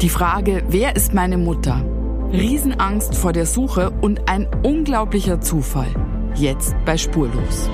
Die Frage, wer ist meine Mutter? Riesenangst vor der Suche und ein unglaublicher Zufall. Jetzt bei Spurlos.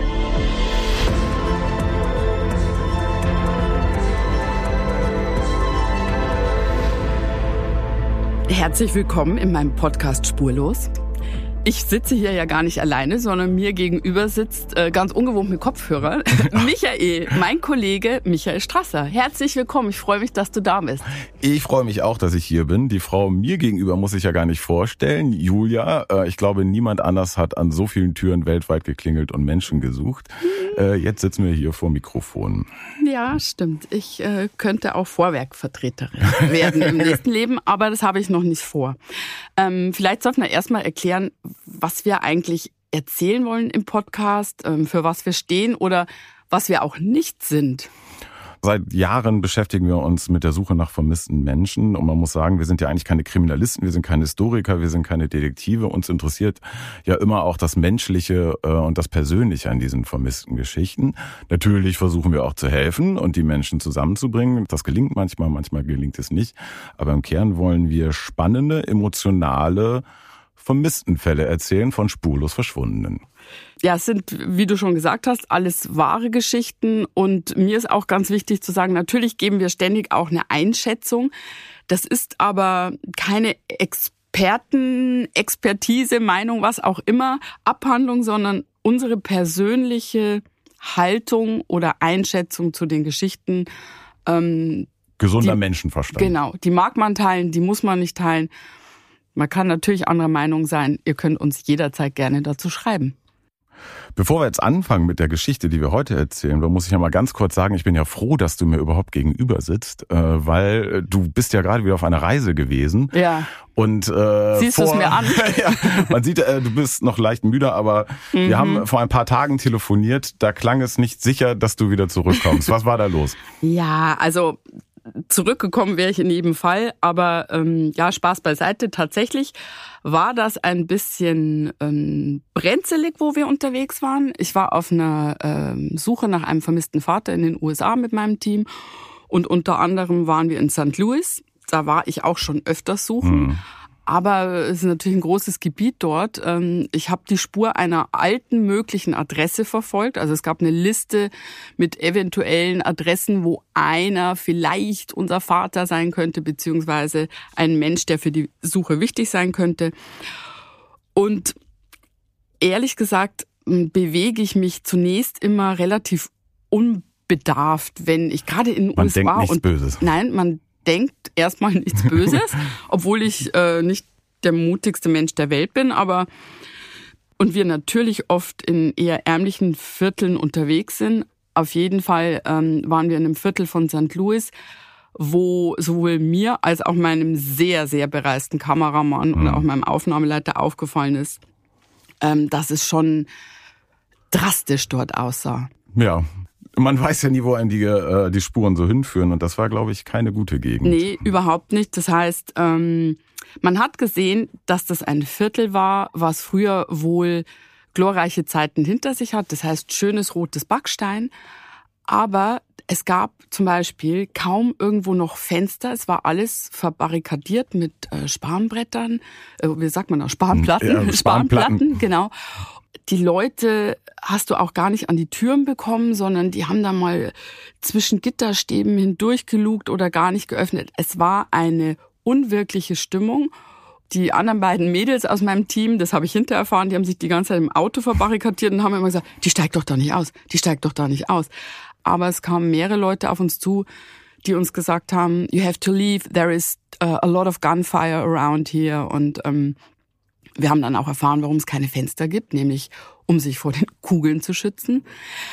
Herzlich willkommen in meinem Podcast Spurlos. Ich sitze hier ja gar nicht alleine, sondern mir gegenüber sitzt ganz ungewohnt mit Kopfhörer Michael, mein Kollege Michael Strasser. Herzlich willkommen, ich freue mich, dass du da bist. Ich freue mich auch, dass ich hier bin. Die Frau mir gegenüber muss ich ja gar nicht vorstellen. Julia, ich glaube, niemand anders hat an so vielen Türen weltweit geklingelt und Menschen gesucht. Jetzt sitzen wir hier vor Mikrofon. Ja, stimmt. Ich könnte auch Vorwerkvertreterin werden im nächsten Leben, aber das habe ich noch nicht vor. Vielleicht sollten wir erstmal erklären, was wir eigentlich erzählen wollen im Podcast, für was wir stehen oder was wir auch nicht sind. Seit Jahren beschäftigen wir uns mit der Suche nach vermissten Menschen. Und man muss sagen, wir sind ja eigentlich keine Kriminalisten, wir sind keine Historiker, wir sind keine Detektive. Uns interessiert ja immer auch das Menschliche und das Persönliche an diesen vermissten Geschichten. Natürlich versuchen wir auch zu helfen und die Menschen zusammenzubringen. Das gelingt manchmal, manchmal gelingt es nicht. Aber im Kern wollen wir spannende, emotionale Vermisstenfälle erzählen von spurlos Verschwundenen. Ja, es sind, wie du schon gesagt hast, alles wahre Geschichten. Und mir ist auch ganz wichtig zu sagen, natürlich geben wir ständig auch eine Einschätzung. Das ist aber keine Expertise, Meinung, was auch immer, Abhandlung, sondern unsere persönliche Haltung oder Einschätzung zu den Geschichten. Gesunder Menschenverstand. Genau, die mag man teilen, die muss man nicht teilen. Man kann natürlich anderer Meinung sein. Ihr könnt uns jederzeit gerne dazu schreiben. Bevor wir jetzt anfangen mit der Geschichte, die wir heute erzählen, muss ich ja mal ganz kurz sagen, ich bin ja froh, dass du mir überhaupt gegenüber sitzt, weil du bist ja gerade wieder auf einer Reise gewesen. Ja. Und siehst du es mir an? Ja, man sieht, du bist noch leicht müde, aber wir haben vor ein paar Tagen telefoniert. Da klang es nicht sicher, dass du wieder zurückkommst. Was war da los? Ja, also zurückgekommen wäre ich in jedem Fall, aber ja, Spaß beiseite. Tatsächlich war das ein bisschen brenzlig, wo wir unterwegs waren. Ich war auf einer Suche nach einem vermissten Vater in den USA mit meinem Team und unter anderem waren wir in St. Louis. Da war ich auch schon öfters suchen. Aber es ist natürlich ein großes Gebiet dort. Ich habe die Spur einer alten möglichen Adresse verfolgt. Also es gab eine Liste mit eventuellen Adressen, wo einer vielleicht unser Vater sein könnte, beziehungsweise ein Mensch, der für die Suche wichtig sein könnte. Und ehrlich gesagt bewege ich mich zunächst immer relativ unbedarft, wenn ich gerade in den USA... Man denkt nichts Böses. Nein, man denkt erstmal nichts Böses, obwohl ich nicht der mutigste Mensch der Welt bin, und wir natürlich oft in eher ärmlichen Vierteln unterwegs sind. Auf jeden Fall waren wir in einem Viertel von St. Louis, wo sowohl mir als auch meinem sehr, sehr bereisten Kameramann und auch meinem Aufnahmeleiter aufgefallen ist, dass es schon drastisch dort aussah. Ja. Man weiß ja nie, wo einem die Spuren so hinführen. Und das war, glaube ich, keine gute Gegend. Nee, überhaupt nicht. Das heißt, man hat gesehen, dass das ein Viertel war, was früher wohl glorreiche Zeiten hinter sich hat. Das heißt, schönes rotes Backstein. Aber es gab zum Beispiel kaum irgendwo noch Fenster. Es war alles verbarrikadiert mit Spanbrettern. Wie sagt man da? Spanplatten? Ja, Spanplatten, genau. Die Leute hast du auch gar nicht an die Türen bekommen, sondern die haben da mal zwischen Gitterstäben hindurch gelugt oder gar nicht geöffnet. Es war eine unwirkliche Stimmung. Die anderen beiden Mädels aus meinem Team, das habe ich hinterher erfahren, die haben sich die ganze Zeit im Auto verbarrikadiert und haben immer gesagt, die steigt doch da nicht aus, die steigt doch da nicht aus. Aber es kamen mehrere Leute auf uns zu, die uns gesagt haben, you have to leave, there is a lot of gunfire around here. Und wir haben dann auch erfahren, warum es keine Fenster gibt, nämlich um sich vor den Kugeln zu schützen.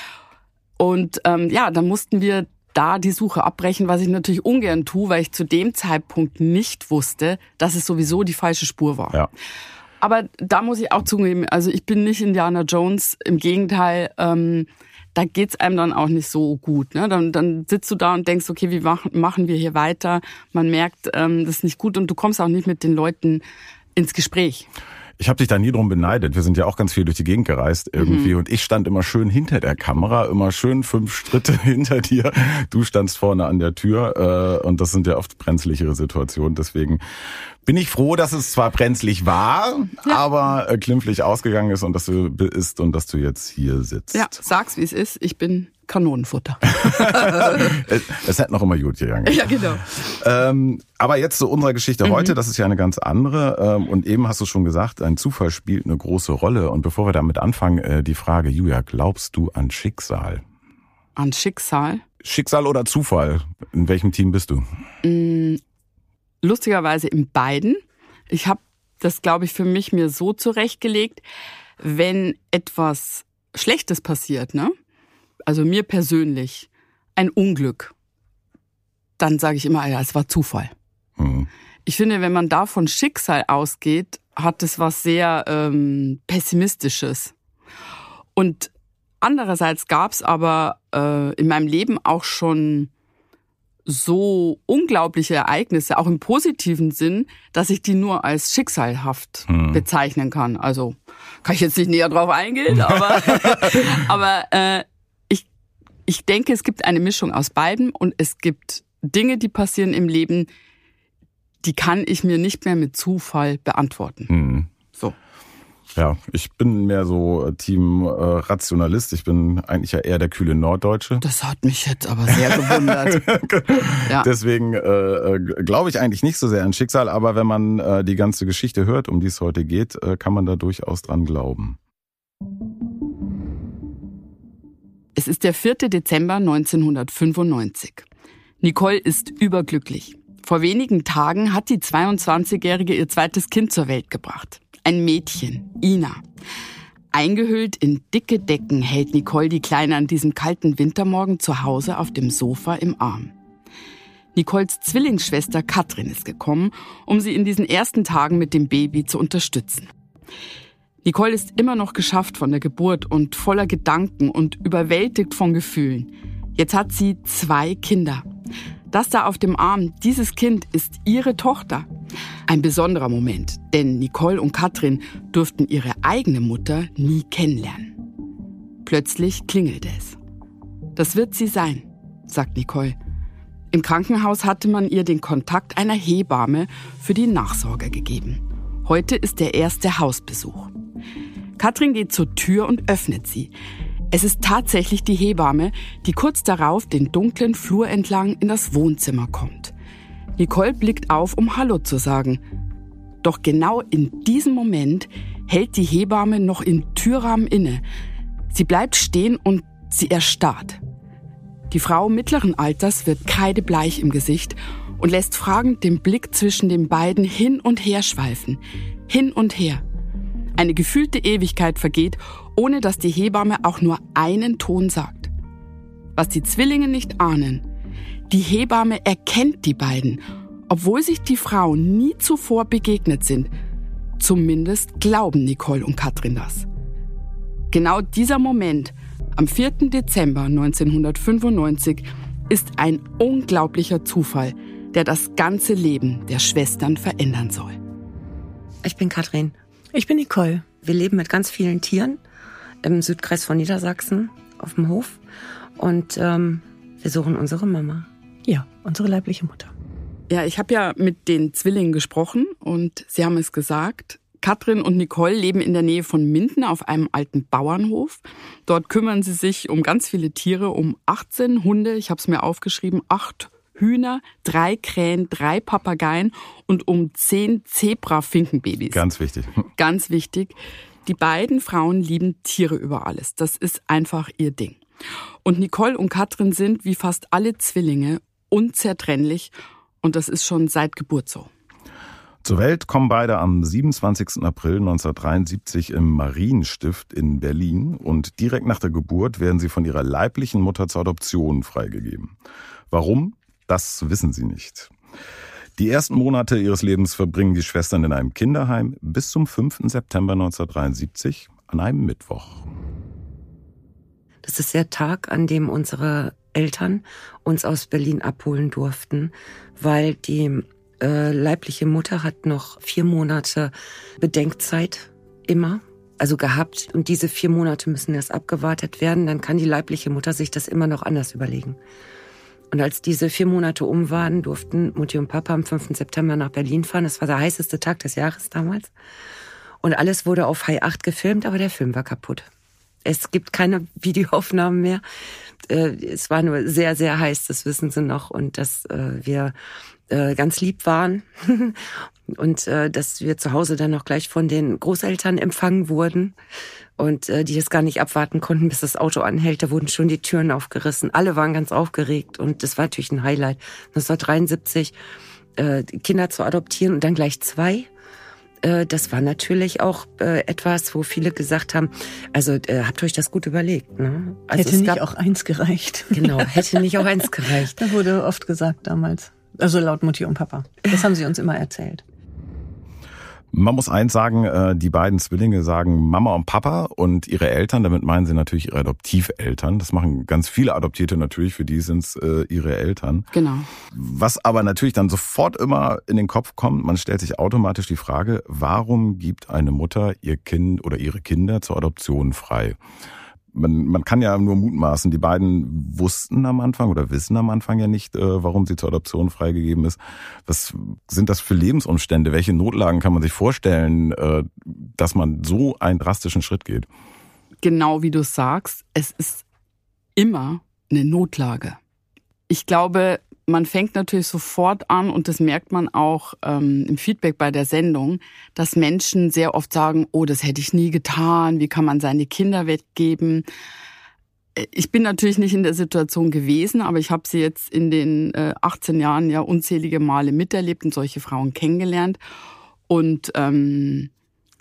Und ja, dann mussten wir da die Suche abbrechen, was ich natürlich ungern tue, weil ich zu dem Zeitpunkt nicht wusste, dass es sowieso die falsche Spur war. Ja. Aber da muss ich auch zugeben, also ich bin nicht Indiana Jones, im Gegenteil, da geht's einem dann auch nicht so gut. Ne? Dann sitzt du da und denkst, okay, wie machen wir hier weiter? Man merkt, das ist nicht gut und du kommst auch nicht mit den Leuten ins Gespräch. Ich habe dich da nie drum beneidet. Wir sind ja auch ganz viel durch die Gegend gereist irgendwie. Und ich stand immer schön hinter der Kamera, immer schön 5 Schritte hinter dir. Du standst vorne an der Tür und das sind ja oft brenzlichere Situationen. Deswegen bin ich froh, dass es zwar brenzlig war, aber glimpflich ausgegangen ist und dass du jetzt hier sitzt. Ja, sag's wie es ist. Ich bin Kanonenfutter. Es hätte noch immer gut gegangen. Ja, genau. Aber jetzt zu unserer Geschichte heute, das ist ja eine ganz andere. Und eben hast du schon gesagt, ein Zufall spielt eine große Rolle. Und bevor wir damit anfangen, die Frage, Julia, glaubst du an Schicksal? An Schicksal? Schicksal oder Zufall? In welchem Team bist du? Lustigerweise in beiden. Ich habe das, glaube ich, für mich mir so zurechtgelegt, wenn etwas Schlechtes passiert, ne? Also mir persönlich, ein Unglück, dann sage ich immer, ja, es war Zufall. Ich finde, wenn man da von Schicksal ausgeht, hat es was sehr Pessimistisches. Und andererseits gab es aber in meinem Leben auch schon so unglaubliche Ereignisse, auch im positiven Sinn, dass ich die nur als schicksalhaft bezeichnen kann. Also kann ich jetzt nicht näher drauf eingehen, aber ich denke, es gibt eine Mischung aus beidem und es gibt Dinge, die passieren im Leben, die kann ich mir nicht mehr mit Zufall beantworten. So. Ja, ich bin mehr so Team Rationalist. Ich bin eigentlich ja eher der kühle Norddeutsche. Das hat mich jetzt aber sehr gewundert. Ja. Deswegen glaube ich eigentlich nicht so sehr an Schicksal, aber wenn man die ganze Geschichte hört, um die es heute geht, kann man da durchaus dran glauben. Es ist der 4. Dezember 1995. Nicole ist überglücklich. Vor wenigen Tagen hat die 22-Jährige ihr zweites Kind zur Welt gebracht. Ein Mädchen, Ina. Eingehüllt in dicke Decken hält Nicole die Kleine an diesem kalten Wintermorgen zu Hause auf dem Sofa im Arm. Nicoles Zwillingsschwester Katrin ist gekommen, um sie in diesen ersten Tagen mit dem Baby zu unterstützen. Nicole ist immer noch geschafft von der Geburt und voller Gedanken und überwältigt von Gefühlen. Jetzt hat sie 2 Kinder. Das da auf dem Arm, dieses Kind ist ihre Tochter. Ein besonderer Moment, denn Nicole und Katrin durften ihre eigene Mutter nie kennenlernen. Plötzlich klingelte es. Das wird sie sein, sagt Nicole. Im Krankenhaus hatte man ihr den Kontakt einer Hebamme für die Nachsorge gegeben. Heute ist der erste Hausbesuch. Katrin geht zur Tür und öffnet sie. Es ist tatsächlich die Hebamme, die kurz darauf den dunklen Flur entlang in das Wohnzimmer kommt. Nicole blickt auf, um Hallo zu sagen. Doch genau in diesem Moment hält die Hebamme noch im Türrahmen inne. Sie bleibt stehen und sie erstarrt. Die Frau mittleren Alters wird kreidebleich im Gesicht und lässt fragend den Blick zwischen den beiden hin und her schweifen. Hin und her. Eine gefühlte Ewigkeit vergeht, ohne dass die Hebamme auch nur einen Ton sagt. Was die Zwillinge nicht ahnen: Die Hebamme erkennt die beiden, obwohl sich die Frauen nie zuvor begegnet sind. Zumindest glauben Nicole und Katrin das. Genau dieser Moment, am 4. Dezember 1995, ist ein unglaublicher Zufall, der das ganze Leben der Schwestern verändern soll. Ich bin Katrin. Ich bin Nicole. Wir leben mit ganz vielen Tieren im Südkreis von Niedersachsen auf dem Hof und wir suchen unsere Mama. Ja, unsere leibliche Mutter. Ja, ich habe ja mit den Zwillingen gesprochen und sie haben es gesagt. Katrin und Nicole leben in der Nähe von Minden auf einem alten Bauernhof. Dort kümmern sie sich um ganz viele Tiere, um 18 Hunde, ich habe es mir aufgeschrieben, 8 Hühner, 3 Krähen, 3 Papageien und um 10 Zebra-Finkenbabys. Ganz wichtig. Ganz wichtig. Die beiden Frauen lieben Tiere über alles. Das ist einfach ihr Ding. Und Nicole und Katrin sind, wie fast alle Zwillinge, unzertrennlich. Und das ist schon seit Geburt so. Zur Welt kommen beide am 27. April 1973 im Marienstift in Berlin. Und direkt nach der Geburt werden sie von ihrer leiblichen Mutter zur Adoption freigegeben. Warum? Das wissen sie nicht. Die ersten Monate ihres Lebens verbringen die Schwestern in einem Kinderheim bis zum 5. September 1973 an einem Mittwoch. Das ist der Tag, an dem unsere Eltern uns aus Berlin abholen durften, weil die leibliche Mutter hat noch 4 Monate Bedenkzeit immer, also gehabt. Und diese 4 Monate müssen erst abgewartet werden. Dann kann die leibliche Mutter sich das immer noch anders überlegen. Und als diese 4 Monate um waren, durften Mutti und Papa am 5. September nach Berlin fahren. Das war der heißeste Tag des Jahres damals. Und alles wurde auf High 8 gefilmt, aber der Film war kaputt. Es gibt keine Videoaufnahmen mehr. Es war nur sehr, sehr heiß, das wissen sie noch. Und dass wir ganz lieb waren und dass wir zu Hause dann noch gleich von den Großeltern empfangen wurden und die es gar nicht abwarten konnten, bis das Auto anhält. Da wurden schon die Türen aufgerissen. Alle waren ganz aufgeregt und das war natürlich ein Highlight. 1973 Kinder zu adoptieren und dann gleich 2. Das war natürlich auch etwas, wo viele gesagt haben, also habt ihr euch das gut überlegt. Ne? Also hätte nicht auch 1 gereicht. Genau, hätte nicht auch 1 gereicht. Da wurde oft gesagt damals. Also laut Mutti und Papa. Das haben sie uns immer erzählt. Man muss eins sagen, die beiden Zwillinge sagen Mama und Papa und ihre Eltern, damit meinen sie natürlich ihre Adoptiveltern. Das machen ganz viele Adoptierte natürlich, für die sind es ihre Eltern. Genau. Was aber natürlich dann sofort immer in den Kopf kommt, man stellt sich automatisch die Frage, warum gibt eine Mutter ihr Kind oder ihre Kinder zur Adoption frei? Man kann ja nur mutmaßen, die beiden wussten am Anfang oder wissen am Anfang ja nicht, warum sie zur Adoption freigegeben ist. Was sind das für Lebensumstände? Welche Notlagen kann man sich vorstellen, dass man so einen drastischen Schritt geht? Genau wie du sagst, es ist immer eine Notlage. Ich glaube, man fängt natürlich sofort an, und das merkt man auch im Feedback bei der Sendung, dass Menschen sehr oft sagen, oh, das hätte ich nie getan, wie kann man seine Kinder weggeben? Ich bin natürlich nicht in der Situation gewesen, aber ich habe sie jetzt in den 18 Jahren ja unzählige Male miterlebt und solche Frauen kennengelernt. Und man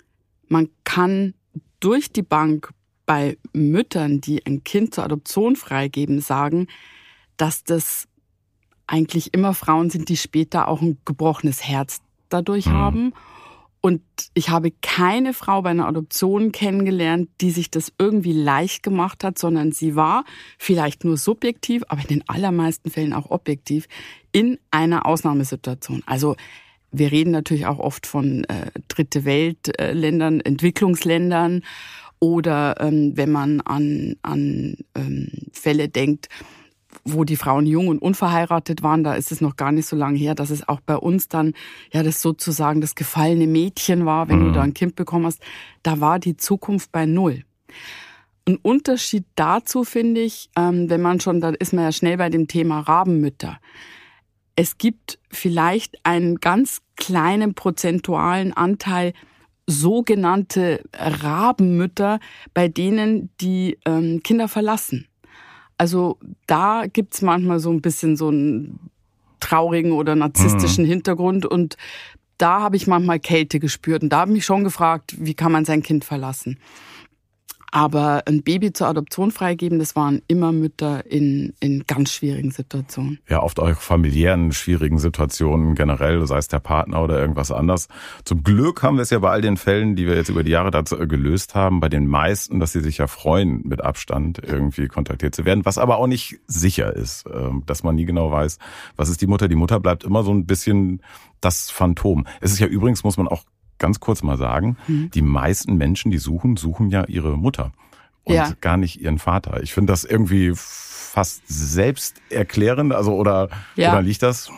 kann durch die Bank bei Müttern, die ein Kind zur Adoption freigeben, sagen, dass das eigentlich immer Frauen sind, die später auch ein gebrochenes Herz dadurch haben. Und ich habe keine Frau bei einer Adoption kennengelernt, die sich das irgendwie leicht gemacht hat, sondern sie war vielleicht nur subjektiv, aber in den allermeisten Fällen auch objektiv in einer Ausnahmesituation. Also wir reden natürlich auch oft von Dritte Weltländern, Entwicklungsländern oder wenn man an Fälle denkt, wo die Frauen jung und unverheiratet waren, da ist es noch gar nicht so lange her, dass es auch bei uns dann ja das sozusagen das gefallene Mädchen war, wenn du da ein Kind bekommen hast. Da war die Zukunft bei 0. Ein Unterschied dazu finde ich, wenn man schon, da ist man ja schnell bei dem Thema Rabenmütter. Es gibt vielleicht einen ganz kleinen prozentualen Anteil sogenannte Rabenmütter, bei denen die Kinder verlassen. Also da gibt's manchmal so ein bisschen so einen traurigen oder narzisstischen Hintergrund und da habe ich manchmal Kälte gespürt und da habe ich mich schon gefragt, wie kann man sein Kind verlassen? Aber ein Baby zur Adoption freigeben, das waren immer Mütter in ganz schwierigen Situationen. Ja, oft auch familiären, schwierigen Situationen generell, sei es der Partner oder irgendwas anderes. Zum Glück haben wir es ja bei all den Fällen, die wir jetzt über die Jahre dazu gelöst haben, bei den meisten, dass sie sich ja freuen, mit Abstand irgendwie kontaktiert zu werden, was aber auch nicht sicher ist, dass man nie genau weiß, was ist die Mutter. Die Mutter bleibt immer so ein bisschen das Phantom. Es ist ja übrigens, muss man auch ganz kurz mal sagen, die meisten Menschen, die suchen ja ihre Mutter und gar nicht ihren Vater. Ich finde das irgendwie fast selbsterklärend, also oder liegt das?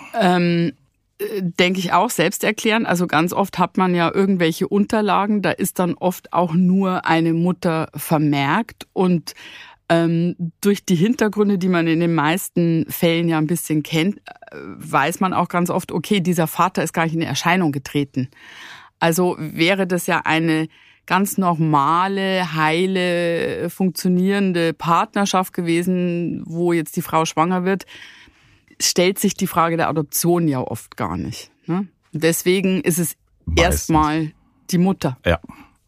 Denke ich auch, selbsterklärend. Also ganz oft hat man ja irgendwelche Unterlagen, da ist dann oft auch nur eine Mutter vermerkt und durch die Hintergründe, die man in den meisten Fällen ja ein bisschen kennt, weiß man auch ganz oft, okay, dieser Vater ist gar nicht in Erscheinung getreten. Also wäre das ja eine ganz normale, heile, funktionierende Partnerschaft gewesen, wo jetzt die Frau schwanger wird, stellt sich die Frage der Adoption ja oft gar nicht. Ne? Deswegen ist es erstmal die Mutter. Ja.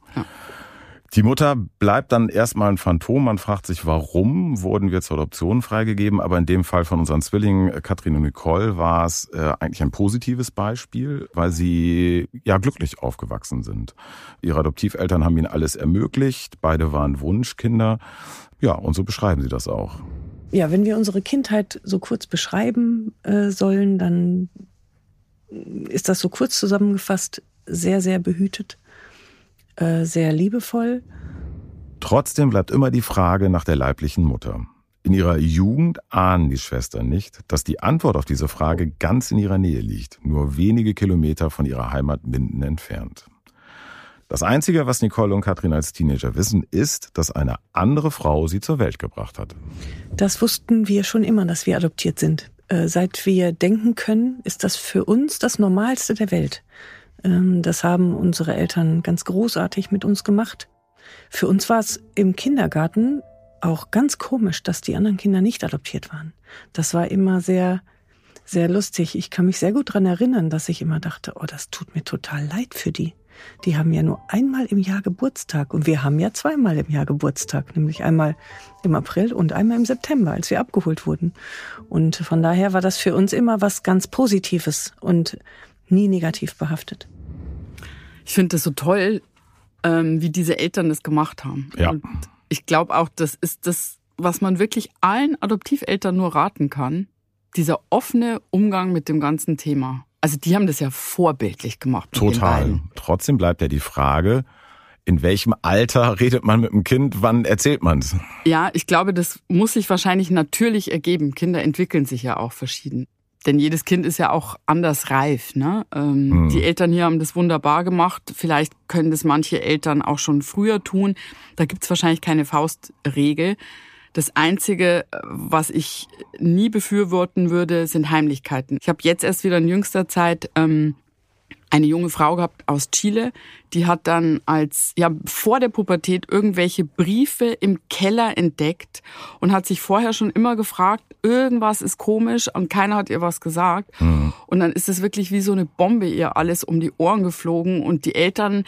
Die Mutter bleibt dann erstmal ein Phantom. Man fragt sich, warum wurden wir zur Adoption freigegeben? Aber in dem Fall von unseren Zwillingen, Katrin und Nicole, war es eigentlich ein positives Beispiel, weil sie ja glücklich aufgewachsen sind. Ihre Adoptiveltern haben ihnen alles ermöglicht. Beide waren Wunschkinder. Ja, und so beschreiben sie das auch. Ja, wenn wir unsere Kindheit so kurz beschreiben sollen, dann ist das so kurz zusammengefasst sehr, sehr behütet, sehr liebevoll. Trotzdem bleibt immer die Frage nach der leiblichen Mutter. In ihrer Jugend ahnen die Schwestern nicht, dass die Antwort auf diese Frage ganz in ihrer Nähe liegt, nur wenige Kilometer von ihrer Heimat Minden entfernt. Das Einzige, was Nicole und Katrin als Teenager wissen, ist, dass eine andere Frau sie zur Welt gebracht hat. Das wussten wir schon immer, dass wir adoptiert sind. Seit wir denken können, ist das für uns das Normalste der Welt. Das haben unsere Eltern ganz großartig mit uns gemacht. Für uns war es im Kindergarten auch ganz komisch, dass die anderen Kinder nicht adoptiert waren. Das war immer sehr, sehr lustig. Ich kann mich sehr gut daran erinnern, dass ich immer dachte, oh, das tut mir total leid für die. Die haben ja nur einmal im Jahr Geburtstag und wir haben ja zweimal im Jahr Geburtstag, nämlich einmal im April und einmal im September, als wir abgeholt wurden. Und von daher war das für uns immer was ganz Positives und nie negativ behaftet. Ich finde das so toll, wie diese Eltern das gemacht haben. Ja. Und ich glaube auch, das ist das, was man wirklich allen Adoptiveltern nur raten kann, dieser offene Umgang mit dem ganzen Thema. Also die haben das ja vorbildlich gemacht. Total. Trotzdem bleibt ja die Frage, in welchem Alter redet man mit dem Kind, wann erzählt man es? Ja, ich glaube, das muss sich wahrscheinlich natürlich ergeben. Kinder entwickeln sich ja auch verschieden. Denn jedes Kind ist ja auch anders reif, ne? Die Eltern hier haben das wunderbar gemacht. Vielleicht können das manche Eltern auch schon früher tun. Da gibt's wahrscheinlich keine Faustregel. Das Einzige, was ich nie befürworten würde, sind Heimlichkeiten. Ich habe jetzt erst wieder in jüngster Zeit eine junge Frau gehabt aus Chile, die hat dann vor der Pubertät irgendwelche Briefe im Keller entdeckt und hat sich vorher schon immer gefragt, irgendwas ist komisch und keiner hat ihr was gesagt. Mhm. Und dann ist es wirklich wie so eine Bombe ihr alles um die Ohren geflogen und die Eltern,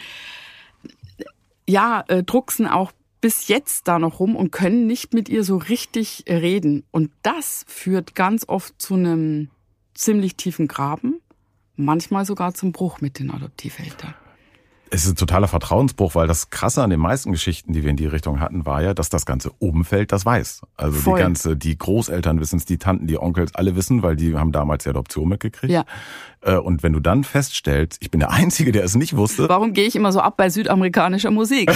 drucksen auch bis jetzt da noch rum und können nicht mit ihr so richtig reden. Und das führt ganz oft zu einem ziemlich tiefen Graben, manchmal sogar zum Bruch mit den Adoptiveltern. Es ist ein totaler Vertrauensbruch, weil das Krasse an den meisten Geschichten, die wir in die Richtung hatten, war ja, dass das ganze Umfeld das weiß. Also Voll. Die Großeltern wissen es, die Tanten, die Onkels, alle wissen, weil die haben damals die Adoption mitgekriegt. Ja. Und wenn du dann feststellst, ich bin der Einzige, der es nicht wusste. Warum gehe ich immer so ab bei südamerikanischer Musik?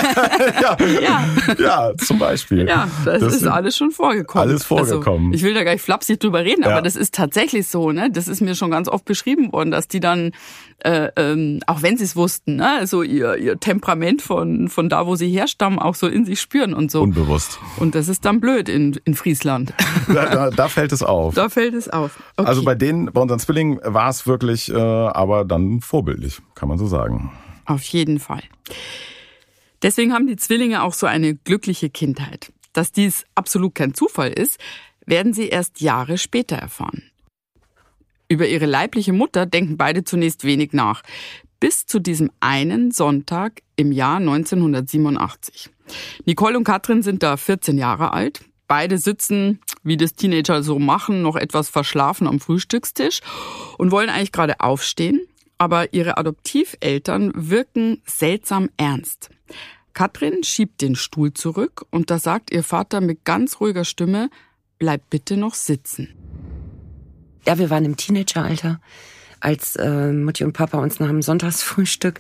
ja, zum Beispiel. Ja, das ist alles schon vorgekommen. Alles vorgekommen. Also, ich will da gar nicht flapsig drüber reden, aber das ist tatsächlich so, ne? Das ist mir schon ganz oft beschrieben worden, dass die dann, auch wenn sie es wussten, ne, so ihr Temperament von da, wo sie herstammen, auch so in sich spüren und so. Unbewusst. Und das ist dann blöd in Friesland. Da fällt es auf. Da fällt es auf. Okay. Also bei unseren Zwillingen war es wirklich, aber dann vorbildlich, kann man so sagen. Auf jeden Fall. Deswegen haben die Zwillinge auch so eine glückliche Kindheit. Dass dies absolut kein Zufall ist, werden sie erst Jahre später erfahren. Über ihre leibliche Mutter denken beide zunächst wenig nach. Bis zu diesem einen Sonntag im Jahr 1987. Nicole und Katrin sind da 14 Jahre alt. Beide sitzen, wie das Teenager so machen, noch etwas verschlafen am Frühstückstisch und wollen eigentlich gerade aufstehen. Aber ihre Adoptiveltern wirken seltsam ernst. Katrin schiebt den Stuhl zurück und da sagt ihr Vater mit ganz ruhiger Stimme, bleib bitte noch sitzen. Ja, wir waren im Teenageralter, als Mutti und Papa uns nach dem Sonntagsfrühstück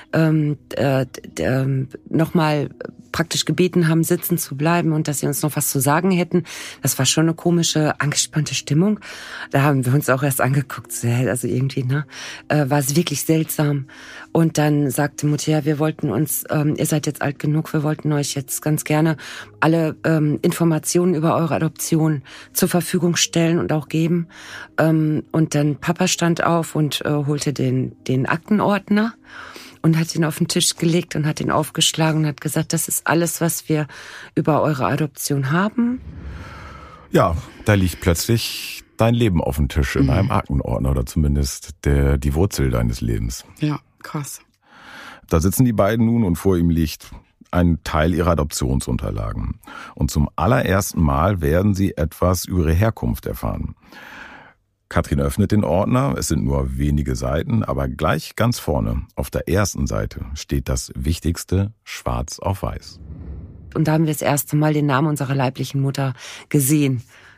nochmal praktisch gebeten haben, sitzen zu bleiben und dass sie uns noch was zu sagen hätten. Das war schon eine komische, angespannte Stimmung. Da haben wir uns auch erst angeguckt, also irgendwie, war es wirklich seltsam. Und dann sagte Mutti, ja, wir wollten uns, ihr seid jetzt alt genug, wir wollten euch jetzt ganz gerne alle Informationen über eure Adoption zur Verfügung stellen und auch geben. Und dann Papa stand auf und holte den Aktenordner und hat ihn auf den Tisch gelegt und hat ihn aufgeschlagen und hat gesagt, das ist alles, was wir über eure Adoption haben. Ja, da liegt plötzlich dein Leben auf dem Tisch in einem Aktenordner oder zumindest die Wurzel deines Lebens. Ja, krass. Da sitzen die beiden nun und vor ihm liegt ein Teil ihrer Adoptionsunterlagen. Und zum allerersten Mal werden sie etwas über ihre Herkunft erfahren. Katrin öffnet den Ordner, es sind nur wenige Seiten, aber gleich ganz vorne, auf der ersten Seite, steht das Wichtigste schwarz auf weiß. Und da haben wir das erste Mal den Namen unserer leiblichen Mutter gesehen.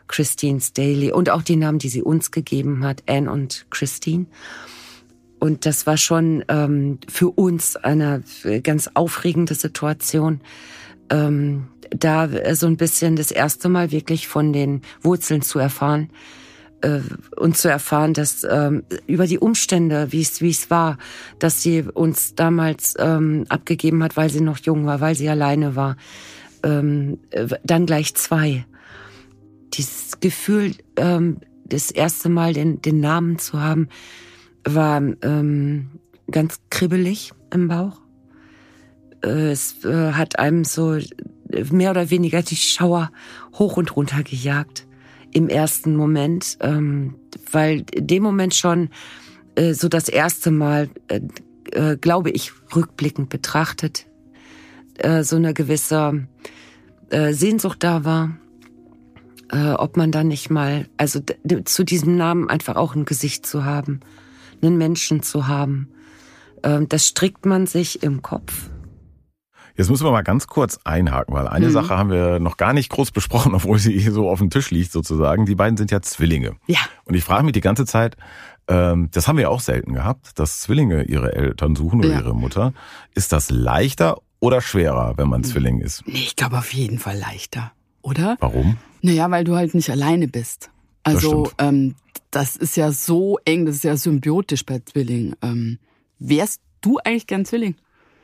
Christine Staley und auch die Namen, die sie uns gegeben hat, Anne und Christine. Und das war schon für uns eine ganz aufregende Situation, da so ein bisschen das erste Mal wirklich von den Wurzeln zu erfahren und zu erfahren, dass über die Umstände, wie es war, dass sie uns damals abgegeben hat, weil sie noch jung war, weil sie alleine war, dann gleich 2. Dieses Gefühl, das erste Mal den Namen zu haben, war ganz kribbelig im Bauch. Es hat einem so mehr oder weniger die Schauer hoch und runter gejagt im ersten Moment, weil in dem Moment schon so das erste Mal, glaube ich, rückblickend betrachtet, so eine gewisse Sehnsucht da war, ob man dann nicht mal, also zu diesem Namen einfach auch ein Gesicht zu haben, einen Menschen zu haben. Das strickt man sich im Kopf. Jetzt müssen wir mal ganz kurz einhaken, weil eine Sache haben wir noch gar nicht groß besprochen, obwohl sie hier so auf dem Tisch liegt sozusagen. Die beiden sind ja Zwillinge. Ja. Und ich frage mich die ganze Zeit, das haben wir ja auch selten gehabt, dass Zwillinge ihre Eltern suchen oder ihre Mutter. Ist das leichter oder schwerer, wenn man Zwilling ist? Nee, ich glaube auf jeden Fall leichter, oder? Warum? Naja, weil du halt nicht alleine bist. Also das ist ja so eng, das ist ja symbiotisch bei Zwillingen. Wärst du eigentlich gern Zwilling?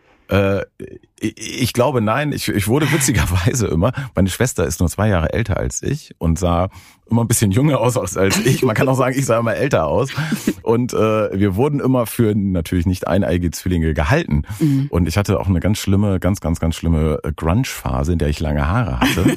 Ich glaube, nein. Ich wurde witzigerweise immer, meine Schwester ist nur 2 Jahre älter als ich und sah immer ein bisschen jünger aus als ich. Man kann auch sagen, ich sah immer älter aus. Und wir wurden immer für natürlich nicht eineige Zwillinge gehalten. Mhm. Und ich hatte auch eine ganz schlimme Grunge-Phase, in der ich lange Haare hatte.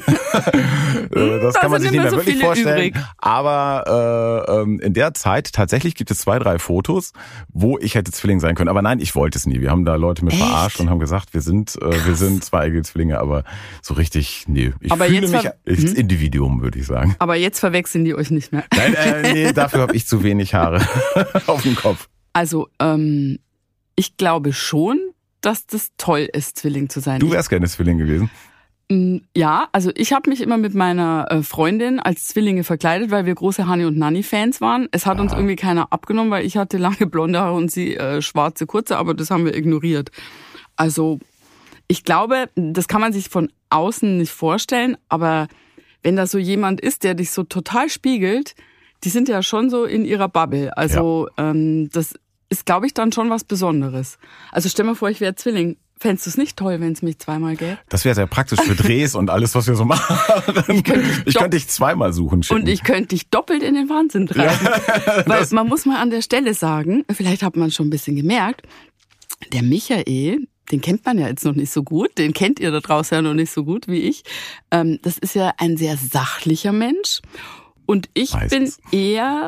Das kann man sich nicht mehr so wirklich vorstellen. Übrig. Aber in der Zeit, tatsächlich gibt es 2, 3 Fotos, wo ich hätte Zwilling sein können. Aber nein, ich wollte es nie. Wir haben da Leute mit verarscht und haben gesagt, wir sind zweieige Zwillinge, aber so richtig, nee. Ich fühle mich als Individuum, würde ich sagen. Aber jetzt verwechseln die euch nicht mehr. Nein, nee, dafür habe ich zu wenig Haare auf dem Kopf. Also, ich glaube schon, dass das toll ist, Zwilling zu sein. Du wärst gerne Zwilling gewesen? Ja, also ich habe mich immer mit meiner Freundin als Zwillinge verkleidet, weil wir große Hani- und Nanni-Fans waren. Es hat uns irgendwie keiner abgenommen, weil ich hatte lange blonde Haare und sie schwarze, kurze, aber das haben wir ignoriert. Also ich glaube, das kann man sich von außen nicht vorstellen, aber wenn da so jemand ist, der dich so total spiegelt, die sind ja schon so in ihrer Bubble. Also das ist, glaube ich, dann schon was Besonderes. Also stell mal vor, ich wäre Zwilling. Fändest du es nicht toll, wenn es mich zweimal gäbe? Das wäre sehr praktisch für Drehs und alles, was wir so machen. Ich könnte dich zweimal suchen schicken. Und ich könnte dich doppelt in den Wahnsinn treiben. Ja, weil man muss mal an der Stelle sagen, vielleicht hat man schon ein bisschen gemerkt, der Michael, den kennt man ja jetzt noch nicht so gut, den kennt ihr da draußen ja noch nicht so gut wie ich. Das ist ja ein sehr sachlicher Mensch. Und ich bin eher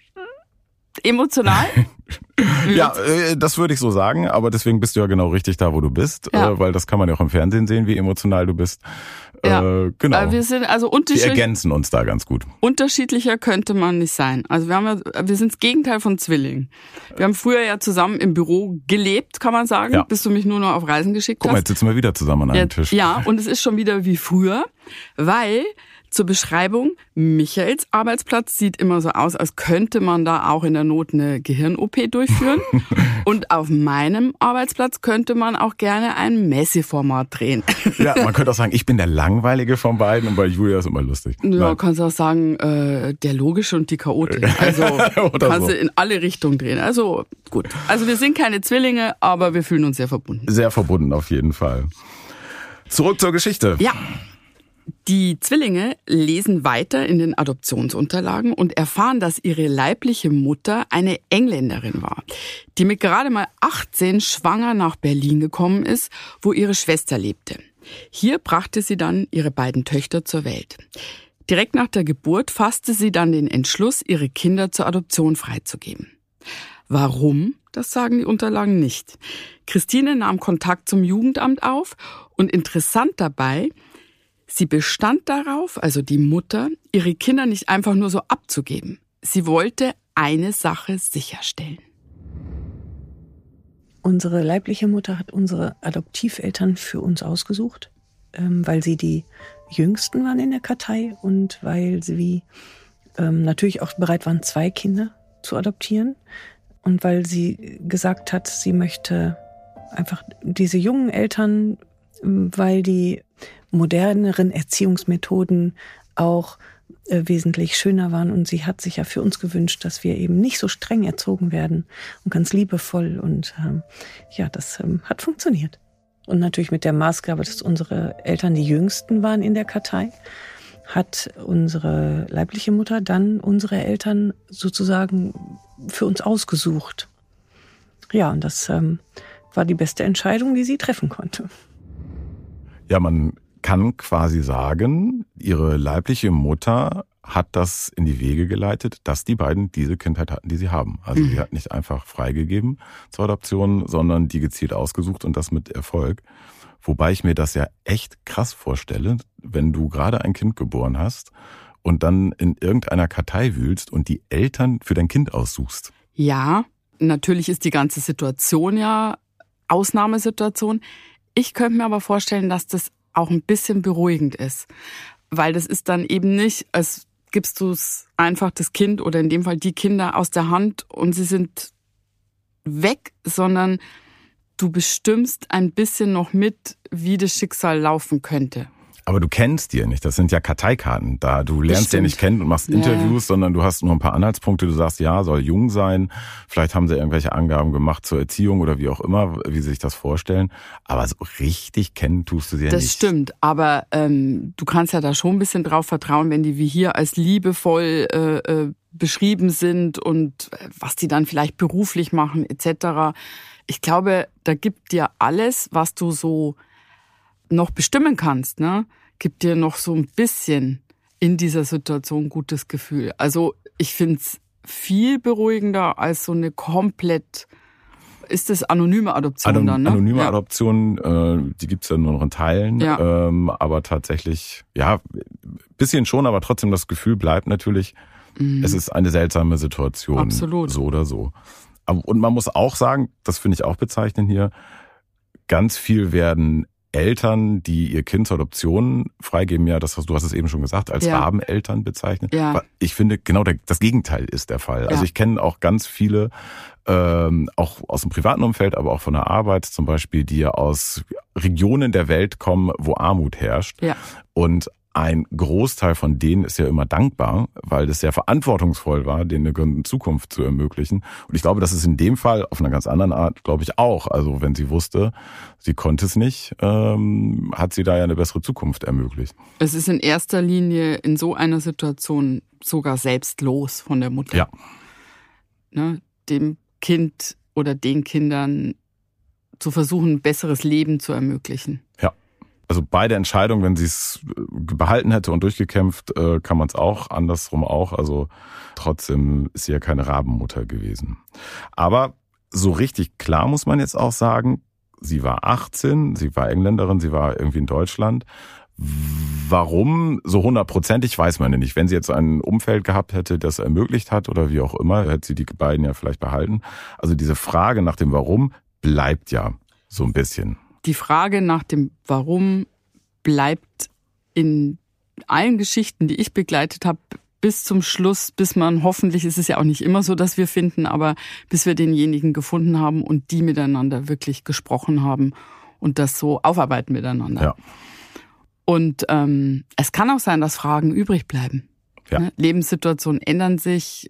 emotional. Ja, das würde ich so sagen, aber deswegen bist du ja genau richtig da, wo du bist, weil das kann man ja auch im Fernsehen sehen, wie emotional du bist. Ja. Genau. Wir sind also unterschiedlich. Wir ergänzen uns da ganz gut. Unterschiedlicher könnte man nicht sein. Also wir sind das Gegenteil von Zwillingen. Wir haben früher ja zusammen im Büro gelebt, kann man sagen, bis du mich nur noch auf Reisen geschickt hast. Guck mal, jetzt sitzen wir wieder zusammen an einem Tisch. Ja, und es ist schon wieder wie früher, weil zur Beschreibung, Michaels Arbeitsplatz sieht immer so aus, als könnte man da auch in der Not eine Gehirn-OP durchführen. Und auf meinem Arbeitsplatz könnte man auch gerne ein Messi-Format drehen. Ja, man könnte auch sagen, ich bin der Langweilige von beiden und bei Julia ist immer lustig. Ja, kannst du auch sagen, der Logische und die Chaotik. Also kannst du in alle Richtungen drehen. Also gut. Also wir sind keine Zwillinge, aber wir fühlen uns sehr verbunden. Sehr verbunden auf jeden Fall. Zurück zur Geschichte. Ja. Die Zwillinge lesen weiter in den Adoptionsunterlagen und erfahren, dass ihre leibliche Mutter eine Engländerin war, die mit gerade mal 18 schwanger nach Berlin gekommen ist, wo ihre Schwester lebte. Hier brachte sie dann ihre beiden Töchter zur Welt. Direkt nach der Geburt fasste sie dann den Entschluss, ihre Kinder zur Adoption freizugeben. Warum? Das sagen die Unterlagen nicht. Christine nahm Kontakt zum Jugendamt auf und interessant dabei, sie bestand darauf, also die Mutter, ihre Kinder nicht einfach nur so abzugeben. Sie wollte eine Sache sicherstellen. Unsere leibliche Mutter hat unsere Adoptiveltern für uns ausgesucht, weil sie die Jüngsten waren in der Kartei und weil sie natürlich auch bereit waren, 2 Kinder zu adoptieren und weil sie gesagt hat, sie möchte einfach diese jungen Eltern, weil die moderneren Erziehungsmethoden auch wesentlich schöner waren. Und sie hat sich ja für uns gewünscht, dass wir eben nicht so streng erzogen werden und ganz liebevoll. Und das hat funktioniert. Und natürlich mit der Maßgabe, dass unsere Eltern die Jüngsten waren in der Kartei, hat unsere leibliche Mutter dann unsere Eltern sozusagen für uns ausgesucht. Ja, und das war die beste Entscheidung, die sie treffen konnte. Ja, man kann quasi sagen, ihre leibliche Mutter hat das in die Wege geleitet, dass die beiden diese Kindheit hatten, die sie haben. Also sie hat nicht einfach freigegeben zur Adoption, sondern die gezielt ausgesucht und das mit Erfolg. Wobei ich mir das ja echt krass vorstelle, wenn du gerade ein Kind geboren hast und dann in irgendeiner Kartei wühlst und die Eltern für dein Kind aussuchst. Ja, natürlich ist die ganze Situation ja Ausnahmesituation. Ich könnte mir aber vorstellen, dass das auch ein bisschen beruhigend ist. Weil das ist dann eben nicht, als gibst du es einfach das Kind oder in dem Fall die Kinder aus der Hand und sie sind weg, sondern du bestimmst ein bisschen noch mit, wie das Schicksal laufen könnte. Aber du kennst die ja nicht, das sind ja Karteikarten. Du lernst die ja nicht kennen und machst Interviews, sondern du hast nur ein paar Anhaltspunkte. Du sagst, ja, soll jung sein. Vielleicht haben sie irgendwelche Angaben gemacht zur Erziehung oder wie auch immer, wie sie sich das vorstellen. Aber so richtig kennen tust du sie ja nicht. Das stimmt, aber du kannst ja da schon ein bisschen drauf vertrauen, wenn die wie hier als liebevoll beschrieben sind und was die dann vielleicht beruflich machen etc. Ich glaube, da gibt dir alles, was du so noch bestimmen kannst, ne, gibt dir noch so ein bisschen in dieser Situation ein gutes Gefühl. Also ich finde es viel beruhigender als so eine komplett, ist das anonyme Adoption dann, ne? Anonyme Adoption, die gibt's ja nur noch in Teilen, aber tatsächlich, ja, bisschen schon, aber trotzdem das Gefühl bleibt natürlich, es ist eine seltsame Situation. Absolut. So oder so. Und man muss auch sagen, das finde ich auch bezeichnend hier, ganz viel werden Eltern, die ihr Kind zur Adoption freigeben, ja, du hast es eben schon gesagt, als Rabeneltern bezeichnet. Ja. Ich finde, genau das Gegenteil ist der Fall. Ja. Also ich kenne auch ganz viele, auch aus dem privaten Umfeld, aber auch von der Arbeit zum Beispiel, die ja aus Regionen der Welt kommen, wo Armut herrscht. Ja. Und ein Großteil von denen ist ja immer dankbar, weil das sehr verantwortungsvoll war, denen eine Zukunft zu ermöglichen. Und ich glaube, das ist in dem Fall auf einer ganz anderen Art, glaube ich, auch. Also wenn sie wusste, sie konnte es nicht, hat sie da ja eine bessere Zukunft ermöglicht. Es ist in erster Linie in so einer Situation sogar selbstlos von der Mutter. Ja. Ne, dem Kind oder den Kindern zu versuchen, ein besseres Leben zu ermöglichen. Ja. Also beide Entscheidungen, wenn sie es behalten hätte und durchgekämpft, kann man es auch, andersrum auch. Also trotzdem ist sie ja keine Rabenmutter gewesen. Aber so richtig klar muss man jetzt auch sagen, sie war 18, sie war Engländerin, sie war irgendwie in Deutschland. Warum so 100%ig weiß man ja nicht. Wenn sie jetzt ein Umfeld gehabt hätte, das ermöglicht hat oder wie auch immer, hätte sie die beiden ja vielleicht behalten. Also diese Frage nach dem Warum bleibt ja so ein bisschen. Die Frage nach dem Warum bleibt in allen Geschichten, die ich begleitet habe, bis zum Schluss, bis man hoffentlich, ist es ja auch nicht immer so, dass wir finden, aber bis wir denjenigen gefunden haben und die miteinander wirklich gesprochen haben und das so aufarbeiten miteinander. Ja. Und es kann auch sein, dass Fragen übrig bleiben. Ja. Ne? Lebenssituationen ändern sich.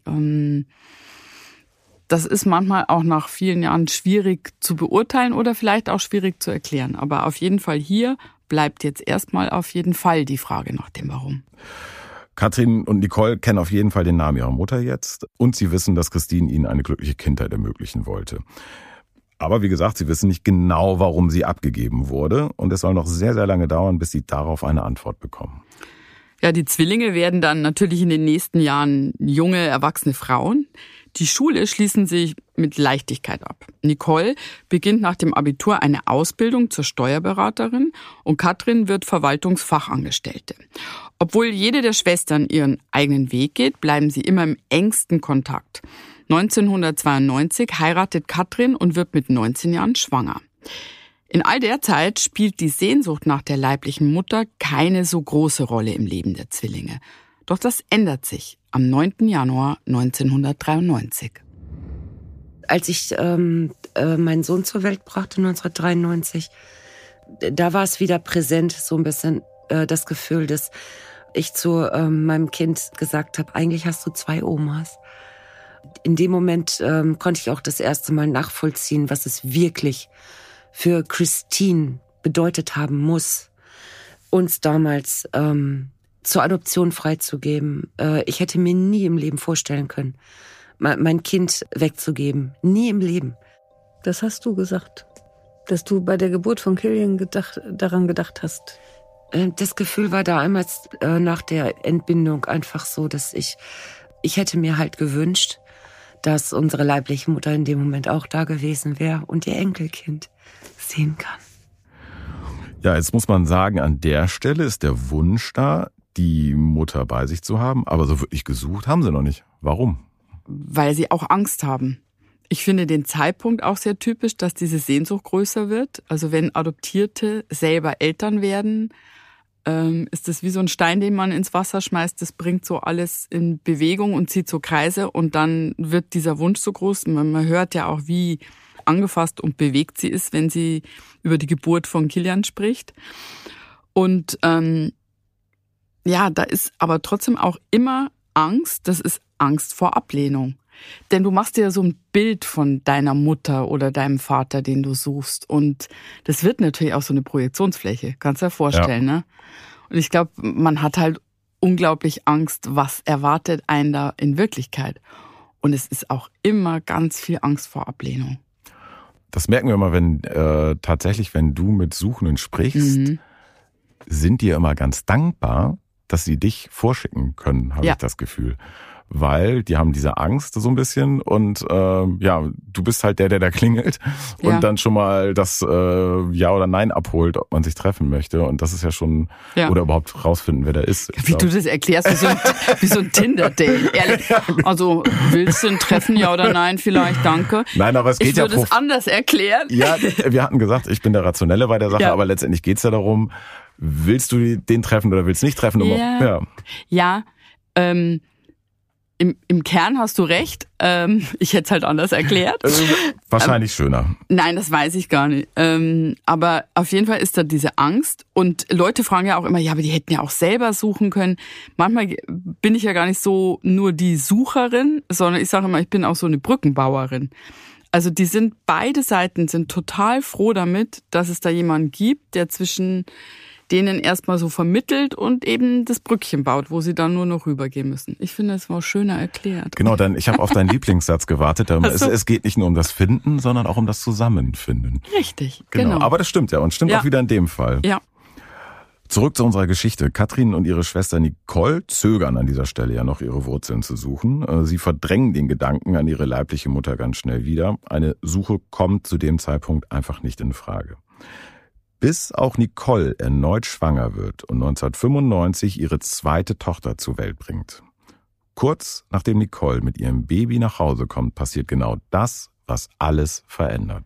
Das ist manchmal auch nach vielen Jahren schwierig zu beurteilen oder vielleicht auch schwierig zu erklären. Aber auf jeden Fall hier bleibt jetzt erstmal auf jeden Fall die Frage nach dem Warum. Katrin und Nicole kennen auf jeden Fall den Namen ihrer Mutter jetzt und sie wissen, dass Christine ihnen eine glückliche Kindheit ermöglichen wollte. Aber wie gesagt, sie wissen nicht genau, warum sie abgegeben wurde und es soll noch sehr, sehr lange dauern, bis sie darauf eine Antwort bekommen. Ja, die Zwillinge werden dann natürlich in den nächsten Jahren junge, erwachsene Frauen. Die Schule schließen sich mit Leichtigkeit ab. Nicole beginnt nach dem Abitur eine Ausbildung zur Steuerberaterin und Katrin wird Verwaltungsfachangestellte. Obwohl jede der Schwestern ihren eigenen Weg geht, bleiben sie immer im engsten Kontakt. 1992 heiratet Katrin und wird mit 19 Jahren schwanger. In all der Zeit spielt die Sehnsucht nach der leiblichen Mutter keine so große Rolle im Leben der Zwillinge. Doch das ändert sich am 9. Januar 1993. Als ich meinen Sohn zur Welt brachte, 1993, da war es wieder präsent, so ein bisschen das Gefühl, dass ich zu meinem Kind gesagt habe, eigentlich hast du 2 Omas. In dem Moment konnte ich auch das erste Mal nachvollziehen, was es wirklich für Christine bedeutet haben muss, uns damals zur Adoption freizugeben. Ich hätte mir nie im Leben vorstellen können, mein Kind wegzugeben. Nie im Leben. Das hast du gesagt, dass du bei der Geburt von Killian daran gedacht hast. Das Gefühl war damals nach der Entbindung einfach so, dass ich hätte mir halt gewünscht, dass unsere leibliche Mutter in dem Moment auch da gewesen wäre und ihr Enkelkind sehen kann. Ja, jetzt muss man sagen, an der Stelle ist der Wunsch da, die Mutter bei sich zu haben, aber so wirklich gesucht haben sie noch nicht. Warum? Weil sie auch Angst haben. Ich finde den Zeitpunkt auch sehr typisch, dass diese Sehnsucht größer wird. Also wenn Adoptierte selber Eltern werden, ist das wie so ein Stein, den man ins Wasser schmeißt. Das bringt so alles in Bewegung und zieht so Kreise und dann wird dieser Wunsch so groß. Man hört ja auch, wie angefasst und bewegt sie ist, wenn sie über die Geburt von Killian spricht. Und ja, da ist aber trotzdem auch immer Angst. Das ist Angst vor Ablehnung. Denn du machst dir so ein Bild von deiner Mutter oder deinem Vater, den du suchst. Und das wird natürlich auch so eine Projektionsfläche, kannst du dir vorstellen, ja. Ne? Und ich glaube, man hat halt unglaublich Angst, was erwartet einen da in Wirklichkeit. Und es ist auch immer ganz viel Angst vor Ablehnung. Das merken wir immer, wenn tatsächlich, wenn du mit Suchenden sprichst, sind die ja immer ganz dankbar, dass sie dich vorschicken können, habe ich das Gefühl. Weil die haben diese Angst so ein bisschen und ja, du bist halt der da klingelt und dann schon mal das Ja oder Nein abholt, ob man sich treffen möchte. Und das ist ja schon, oder überhaupt rausfinden, wer der ist. Wie du das erklärst, wie so ein Tinder-Date, ehrlich. Also, willst du ein Treffen, ja oder nein, vielleicht, danke. Nein, aber es geht ja... Ich würde es anders erklären. Ja, wir hatten gesagt, ich bin der Rationelle bei der Sache, aber letztendlich geht's ja darum, willst du den treffen oder willst du nicht treffen? Im Kern hast du recht. Ich hätte es halt anders erklärt. Wahrscheinlich schöner. Nein, das weiß ich gar nicht. Aber auf jeden Fall ist da diese Angst. Und Leute fragen ja auch immer, ja, aber die hätten ja auch selber suchen können. Manchmal bin ich ja gar nicht so nur die Sucherin, sondern ich sage immer, ich bin auch so eine Brückenbauerin. Also beide Seiten sind total froh damit, dass es da jemanden gibt, der zwischen denen erstmal so vermittelt und eben das Brückchen baut, wo sie dann nur noch rübergehen müssen. Ich finde, es war schöner erklärt. Genau, denn ich habe auf deinen Lieblingssatz gewartet. Es geht nicht nur um das Finden, sondern auch um das Zusammenfinden. Richtig, genau. Aber das stimmt ja und stimmt auch wieder in dem Fall. Ja. Zurück zu unserer Geschichte. Katrin und ihre Schwester Nicole zögern an dieser Stelle ja noch, ihre Wurzeln zu suchen. Sie verdrängen den Gedanken an ihre leibliche Mutter ganz schnell wieder. Eine Suche kommt zu dem Zeitpunkt einfach nicht in Frage. Bis auch Nicole erneut schwanger wird und 1995 ihre zweite Tochter zur Welt bringt. Kurz nachdem Nicole mit ihrem Baby nach Hause kommt, passiert genau das, was alles verändert.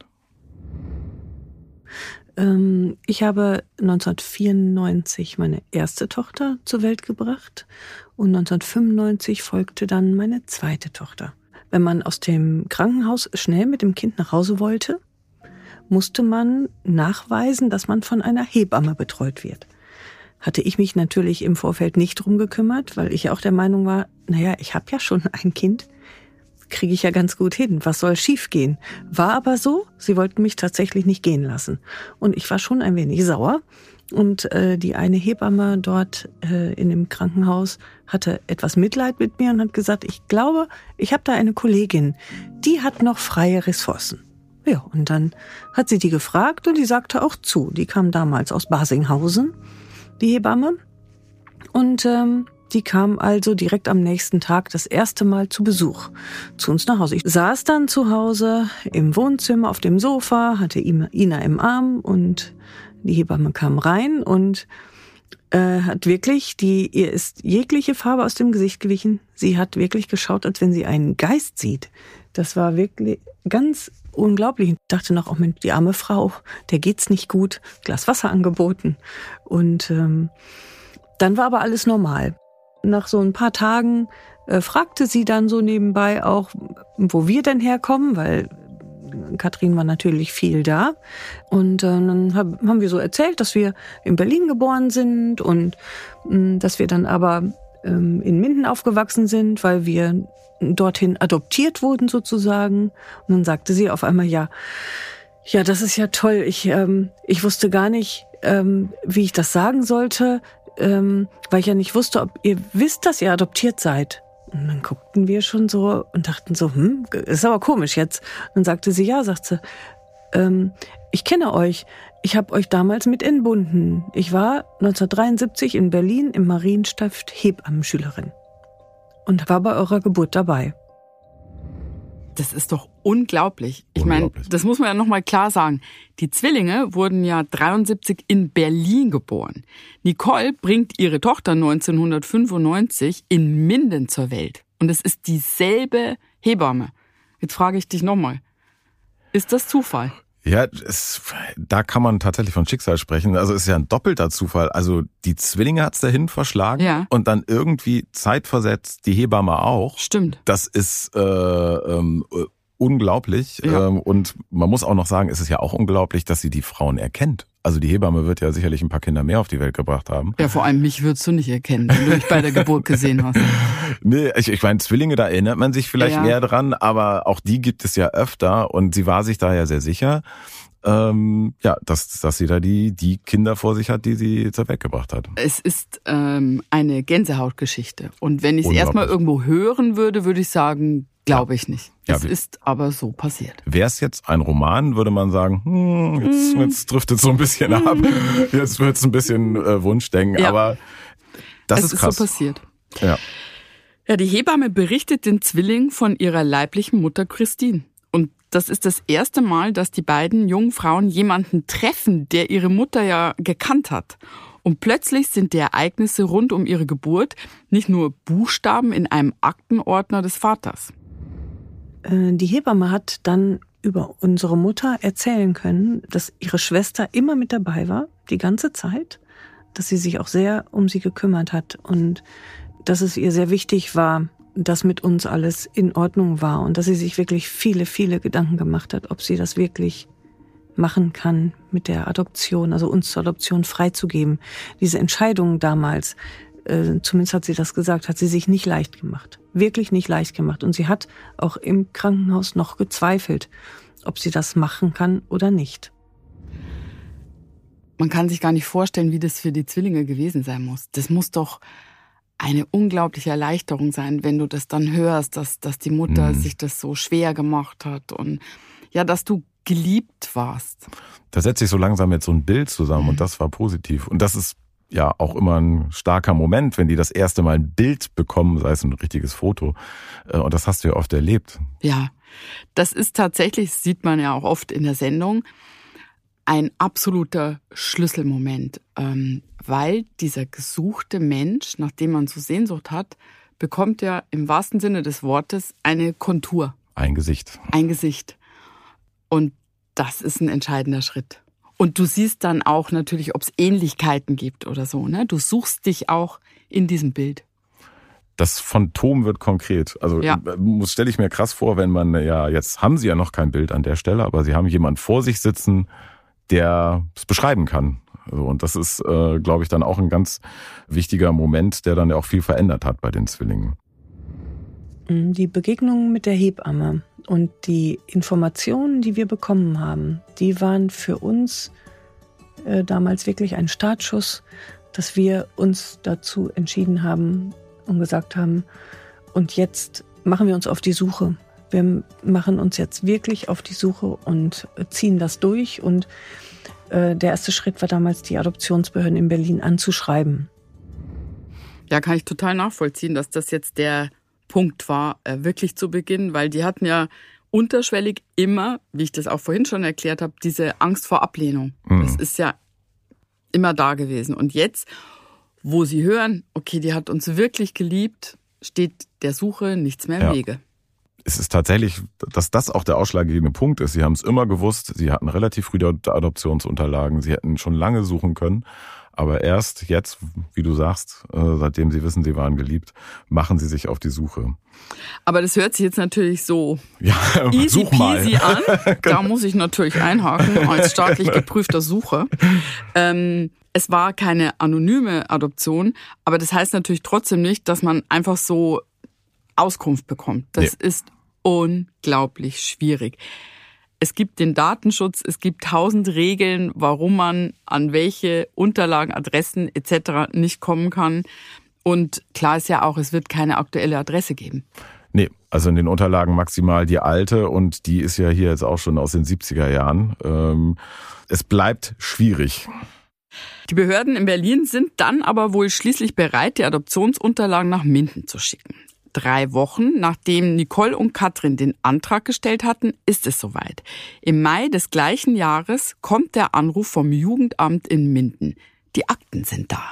Ich habe 1994 meine erste Tochter zur Welt gebracht und 1995 folgte dann meine zweite Tochter. Wenn man aus dem Krankenhaus schnell mit dem Kind nach Hause wollte, musste man nachweisen, dass man von einer Hebamme betreut wird. Hatte ich mich natürlich im Vorfeld nicht drum gekümmert, weil ich ja auch der Meinung war, naja, ich habe ja schon ein Kind, kriege ich ja ganz gut hin. Was soll schiefgehen? War aber so, sie wollten mich tatsächlich nicht gehen lassen. Und ich war schon ein wenig sauer. Und die eine Hebamme dort in dem Krankenhaus hatte etwas Mitleid mit mir und hat gesagt, ich glaube, ich habe da eine Kollegin, die hat noch freie Ressourcen. Ja, und dann hat sie die gefragt und die sagte auch zu. Die kam damals aus Basinghausen, die Hebamme. Und die kam also direkt am nächsten Tag das erste Mal zu Besuch zu uns nach Hause. Ich saß dann zu Hause im Wohnzimmer auf dem Sofa, hatte Ina im Arm und die Hebamme kam rein und hat wirklich, ihr ist jegliche Farbe aus dem Gesicht gewichen. Sie hat wirklich geschaut, als wenn sie einen Geist sieht. Das war wirklich ganz unglaublich. Ich dachte noch, oh Mensch, die arme Frau, der geht's nicht gut. Glas Wasser angeboten. Und dann war aber alles normal. Nach so ein paar Tagen fragte sie dann so nebenbei auch, wo wir denn herkommen, weil Katrin war natürlich viel da. Und dann haben wir so erzählt, dass wir in Berlin geboren sind und dass wir dann aber in Minden aufgewachsen sind, weil wir dorthin adoptiert wurden sozusagen. Und dann sagte sie auf einmal, ja, das ist ja toll. Ich wusste gar nicht, wie ich das sagen sollte, weil ich ja nicht wusste, ob ihr wisst, dass ihr adoptiert seid. Und dann guckten wir schon so und dachten so, ist aber komisch jetzt. Und dann sagte sie, ja, sagt sie, ich kenne euch. Ich habe euch damals mit entbunden. Ich war 1973 in Berlin im Marienstift Hebammenschülerin und war bei eurer Geburt dabei. Das ist doch unglaublich. Ich meine, das muss man ja nochmal klar sagen. Die Zwillinge wurden ja 73 in Berlin geboren. Nicole bringt ihre Tochter 1995 in Minden zur Welt. Und es ist dieselbe Hebamme. Jetzt frage ich dich nochmal. Ist das Zufall? Ja, da kann man tatsächlich von Schicksal sprechen. Also es ist ja ein doppelter Zufall. Also die Zwillinge hat's dahin verschlagen, ja, und dann irgendwie zeitversetzt die Hebamme auch. Stimmt. Das ist unglaublich. Ja. Und man muss auch noch sagen, es ist ja auch unglaublich, dass sie die Frauen erkennt. Also die Hebamme wird ja sicherlich ein paar Kinder mehr auf die Welt gebracht haben. Ja, vor allem mich würdest du nicht erkennen, wenn du mich bei der Geburt gesehen hast. Nee, ich meine, Zwillinge, da erinnert man sich vielleicht eher dran, aber auch die gibt es ja öfter und sie war sich da ja sehr sicher, dass sie da die Kinder vor sich hat, die sie zur Welt gebracht hat. Es ist eine Gänsehautgeschichte. Und wenn ich es erstmal irgendwo hören würde, würde ich sagen, glaube ich nicht. Es ist aber so passiert. Wäre es jetzt ein Roman, würde man sagen, jetzt driftet es so ein bisschen ab. Jetzt wird es ein bisschen Wunschdenken. Ja. Aber das ist krass. Es ist so passiert. Ja. Ja, die Hebamme berichtet den Zwillingen von ihrer leiblichen Mutter Christine. Und das ist das erste Mal, dass die beiden jungen Frauen jemanden treffen, der ihre Mutter ja gekannt hat. Und plötzlich sind die Ereignisse rund um ihre Geburt nicht nur Buchstaben in einem Aktenordner des Vaters. Die Hebamme hat dann über unsere Mutter erzählen können, dass ihre Schwester immer mit dabei war, die ganze Zeit, dass sie sich auch sehr um sie gekümmert hat und dass es ihr sehr wichtig war, dass mit uns alles in Ordnung war und dass sie sich wirklich viele, viele Gedanken gemacht hat, ob sie das wirklich machen kann mit der Adoption, also uns zur Adoption freizugeben. Diese Entscheidung damals, zumindest hat sie das gesagt, hat sie sich nicht leicht gemacht. Wirklich nicht leicht gemacht. Und sie hat auch im Krankenhaus noch gezweifelt, ob sie das machen kann oder nicht. Man kann sich gar nicht vorstellen, wie das für die Zwillinge gewesen sein muss. Das muss doch eine unglaubliche Erleichterung sein, wenn du das dann hörst, dass die Mutter sich das so schwer gemacht hat und ja, dass du geliebt warst. Da setzt sich so langsam jetzt so ein Bild zusammen und das war positiv. Und das ist ja auch immer ein starker Moment, wenn die das erste Mal ein Bild bekommen, sei es ein richtiges Foto. Und das hast du ja oft erlebt. Ja, das ist tatsächlich, sieht man ja auch oft in der Sendung, ein absoluter Schlüsselmoment, weil dieser gesuchte Mensch, nach dem man so Sehnsucht hat, bekommt ja im wahrsten Sinne des Wortes eine Kontur. Ein Gesicht. Ein Gesicht. Und das ist ein entscheidender Schritt. Und du siehst dann auch natürlich, ob es Ähnlichkeiten gibt oder so, ne? Du suchst dich auch in diesem Bild. Das Phantom wird konkret. Also stelle ich mir krass vor, wenn man, jetzt haben sie ja noch kein Bild an der Stelle, aber sie haben jemanden vor sich sitzen, der es beschreiben kann. Also, und das ist, glaube ich, dann auch ein ganz wichtiger Moment, der dann ja auch viel verändert hat bei den Zwillingen. Die Begegnung mit der Hebamme und die Informationen, die wir bekommen haben, die waren für uns damals wirklich ein Startschuss, dass wir uns dazu entschieden haben und gesagt haben, und jetzt machen wir uns auf die Suche. Wir machen uns jetzt wirklich auf die Suche und ziehen das durch. Und der erste Schritt war damals, die Adoptionsbehörden in Berlin anzuschreiben. Ja, kann ich total nachvollziehen, dass das jetzt der Punkt war, wirklich zu beginnen, weil die hatten ja unterschwellig immer, wie ich das auch vorhin schon erklärt habe, diese Angst vor Ablehnung. Das ist ja immer da gewesen. Und jetzt, wo sie hören, okay, die hat uns wirklich geliebt, steht der Suche nichts mehr im Wege. es ist tatsächlich, dass das auch der ausschlaggebende Punkt ist. Sie haben es immer gewusst, sie hatten relativ früh Adoptionsunterlagen, sie hätten schon lange suchen können. Aber erst jetzt, wie du sagst, seitdem sie wissen, sie waren geliebt, machen sie sich auf die Suche. Aber das hört sich jetzt natürlich so easy such mal peasy an. Da muss ich natürlich einhaken als staatlich geprüfter Sucher. Es war keine anonyme Adoption, aber das heißt natürlich trotzdem nicht, dass man einfach so Auskunft bekommt. Das ist unglaublich schwierig. Es gibt den Datenschutz, es gibt 1000 Regeln, warum man an welche Unterlagen, Adressen etc. nicht kommen kann. Und klar ist ja auch, es wird keine aktuelle Adresse geben. Nee, also in den Unterlagen maximal die alte und die ist ja hier jetzt auch schon aus den 70er Jahren. Es bleibt schwierig. Die Behörden in Berlin sind dann aber wohl schließlich bereit, die Adoptionsunterlagen nach Minden zu schicken. 3 Wochen, nachdem Nicole und Katrin den Antrag gestellt hatten, ist es soweit. Im Mai des gleichen Jahres kommt der Anruf vom Jugendamt in Minden. Die Akten sind da.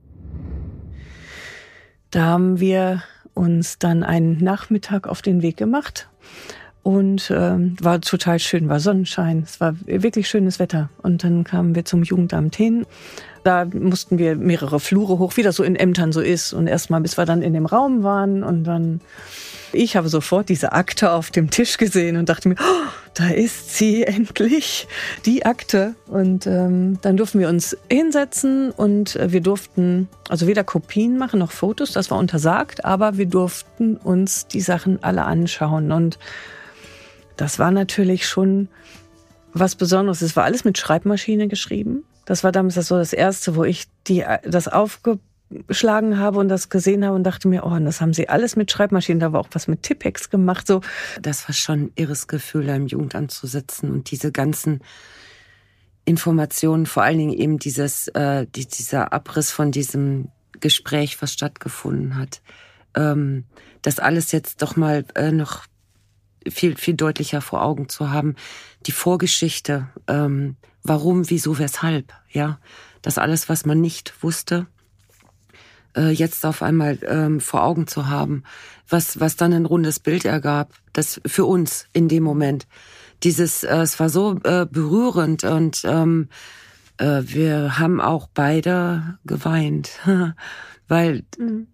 Da haben wir uns dann einen Nachmittag auf den Weg gemacht und war total schön, war Sonnenschein, es war wirklich schönes Wetter. Und dann kamen wir zum Jugendamt hin. Da mussten wir mehrere Flure hoch, wie das so in Ämtern so ist. Und erstmal, bis wir dann in dem Raum waren. Und dann, ich habe sofort diese Akte auf dem Tisch gesehen und dachte mir, oh, da ist sie endlich, die Akte. Und dann durften wir uns hinsetzen und wir durften also weder Kopien machen noch Fotos, das war untersagt. Aber wir durften uns die Sachen alle anschauen. Und das war natürlich schon was Besonderes. Es war alles mit Schreibmaschine geschrieben. Das war damals so das Erste, wo ich das aufgeschlagen habe und das gesehen habe und dachte mir, oh, das haben sie alles mit Schreibmaschinen, da war auch was mit Tippex gemacht. So. Das war schon ein irres Gefühl, da im Jugendamt zu sitzen und diese ganzen Informationen, vor allen Dingen eben dieser Abriss von diesem Gespräch, was stattgefunden hat. Das alles jetzt doch mal noch viel, viel deutlicher vor Augen zu haben. Die Vorgeschichte, warum, wieso, weshalb, ja. Das alles, was man nicht wusste, jetzt auf einmal vor Augen zu haben, was dann ein rundes Bild ergab, das für uns in dem Moment. Es war so berührend und wir haben auch beide geweint, weil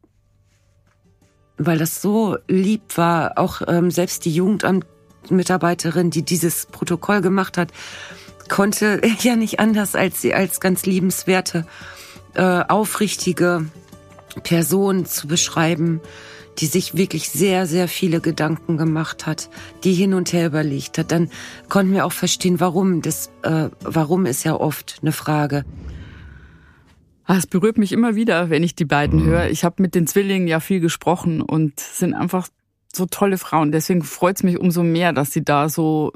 das so lieb war, auch selbst die Jugendamtmitarbeiterin, die dieses Protokoll gemacht hat, konnte ja nicht anders, als sie als ganz liebenswerte, aufrichtige Person zu beschreiben, die sich wirklich sehr, sehr viele Gedanken gemacht hat, die hin und her überlegt hat. Dann konnten wir auch verstehen, warum. Warum ist ja oft eine Frage. Es berührt mich immer wieder, wenn ich die beiden höre. Ich habe mit den Zwillingen ja viel gesprochen und sind einfach so tolle Frauen. Deswegen freut es mich umso mehr, dass sie da so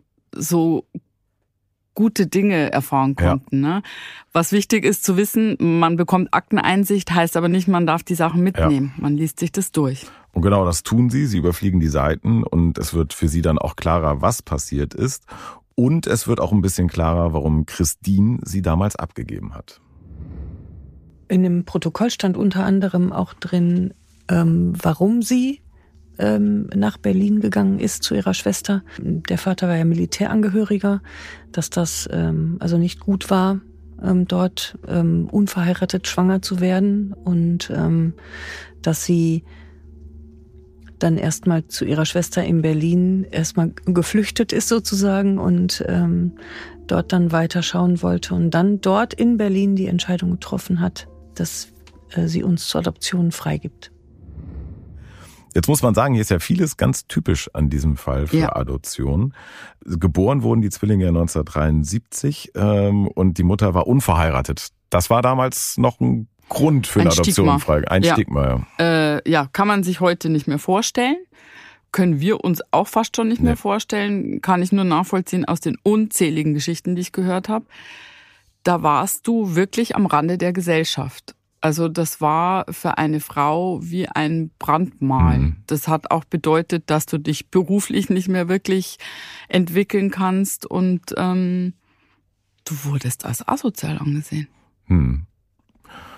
gute Dinge erfahren konnten. Ja. Ne? Was wichtig ist zu wissen, man bekommt Akteneinsicht, heißt aber nicht, man darf die Sachen mitnehmen. Ja. Man liest sich das durch. Und genau das tun sie. Sie überfliegen die Seiten und es wird für sie dann auch klarer, was passiert ist. Und es wird auch ein bisschen klarer, warum Christine sie damals abgegeben hat. In dem Protokoll stand unter anderem auch drin, warum sie nach Berlin gegangen ist zu ihrer Schwester. Der Vater war ja Militärangehöriger, dass das also nicht gut war, dort unverheiratet schwanger zu werden und dass sie dann erstmal zu ihrer Schwester in Berlin erstmal geflüchtet ist sozusagen und dort dann weiterschauen wollte und dann dort in Berlin die Entscheidung getroffen hat, dass sie uns zur Adoption freigibt. Jetzt muss man sagen, hier ist ja vieles ganz typisch an diesem Fall für Adoption. Geboren wurden die Zwillinge 1973 und die Mutter war unverheiratet. Das war damals noch ein Grund für eine Adoption. Ein Stigma. Ja, kann man sich heute nicht mehr vorstellen. Können wir uns auch fast schon nicht mehr vorstellen. Kann ich nur nachvollziehen aus den unzähligen Geschichten, die ich gehört habe. Da warst du wirklich am Rande der Gesellschaft. Also das war für eine Frau wie ein Brandmal. Das hat auch bedeutet, dass du dich beruflich nicht mehr wirklich entwickeln kannst und du wurdest als asozial angesehen.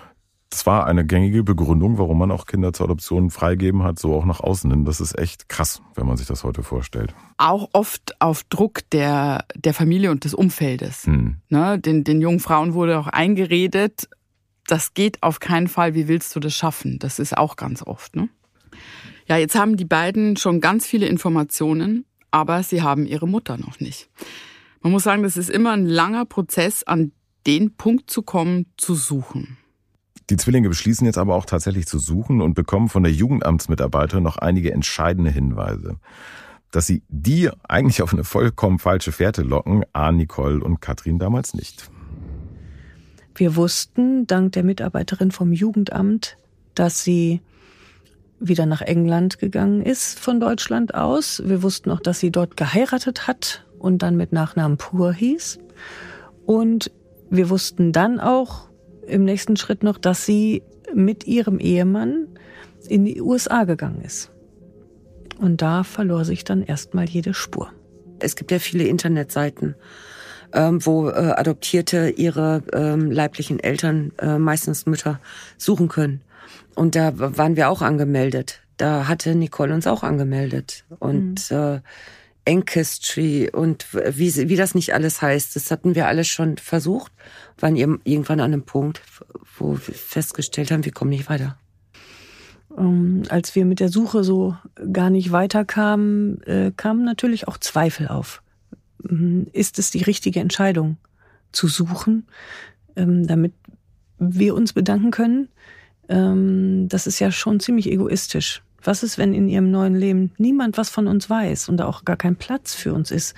das war eine gängige Begründung, warum man auch Kinder zur Adoption freigeben hat, so auch nach außen hin. Das ist echt krass, wenn man sich das heute vorstellt. Auch oft auf Druck der Familie und des Umfeldes. Ne, den jungen Frauen wurde auch eingeredet, das geht auf keinen Fall, wie willst du das schaffen? Das ist auch ganz oft. Ne? Ja, jetzt haben die beiden schon ganz viele Informationen, aber sie haben ihre Mutter noch nicht. Man muss sagen, das ist immer ein langer Prozess, an den Punkt zu kommen, zu suchen. Die Zwillinge beschließen jetzt aber auch tatsächlich zu suchen und bekommen von der Jugendamtsmitarbeiterin noch einige entscheidende Hinweise. Dass sie die eigentlich auf eine vollkommen falsche Fährte locken, ahnen Nicole und Katrin damals nicht. Wir wussten, dank der Mitarbeiterin vom Jugendamt, dass sie wieder nach England gegangen ist von Deutschland aus. Wir wussten auch, dass sie dort geheiratet hat und dann mit Nachnamen Pur hieß. Und wir wussten dann auch im nächsten Schritt noch, dass sie mit ihrem Ehemann in die USA gegangen ist. Und da verlor sich dann erstmal jede Spur. Es gibt ja viele Internetseiten, wo Adoptierte ihre leiblichen Eltern, meistens Mütter, suchen können. Und da waren wir auch angemeldet. Da hatte Nicole uns auch angemeldet. Und Ancestry und wie das nicht alles heißt, das hatten wir alles schon versucht, waren irgendwann an einem Punkt, wo wir festgestellt haben, wir kommen nicht weiter. Als wir mit der Suche so gar nicht weiterkamen, kamen natürlich auch Zweifel auf. Ist es die richtige Entscheidung, zu suchen, damit wir uns bedanken können? Das ist ja schon ziemlich egoistisch. Was ist, wenn in ihrem neuen Leben niemand was von uns weiß und da auch gar kein Platz für uns ist?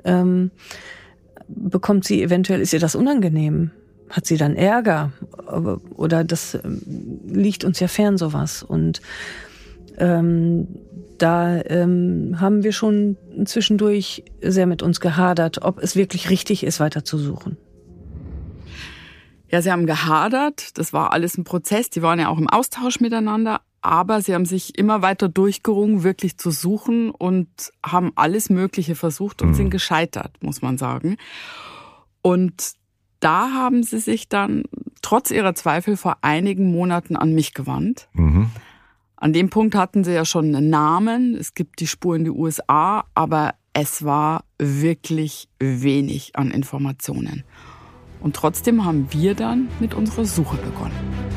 Bekommt sie eventuell, ist ihr das unangenehm? Hat sie dann Ärger? Oder das liegt uns ja fern, sowas. Und haben wir schon zwischendurch sehr mit uns gehadert, ob es wirklich richtig ist, weiter zu suchen. Ja, sie haben gehadert. Das war alles ein Prozess. Die waren ja auch im Austausch miteinander. Aber sie haben sich immer weiter durchgerungen, wirklich zu suchen und haben alles Mögliche versucht und sind gescheitert, muss man sagen. Und da haben sie sich dann trotz ihrer Zweifel vor einigen Monaten an mich gewandt. An dem Punkt hatten sie ja schon einen Namen. Es gibt die Spur in die USA, aber es war wirklich wenig an Informationen. Und trotzdem haben wir dann mit unserer Suche begonnen.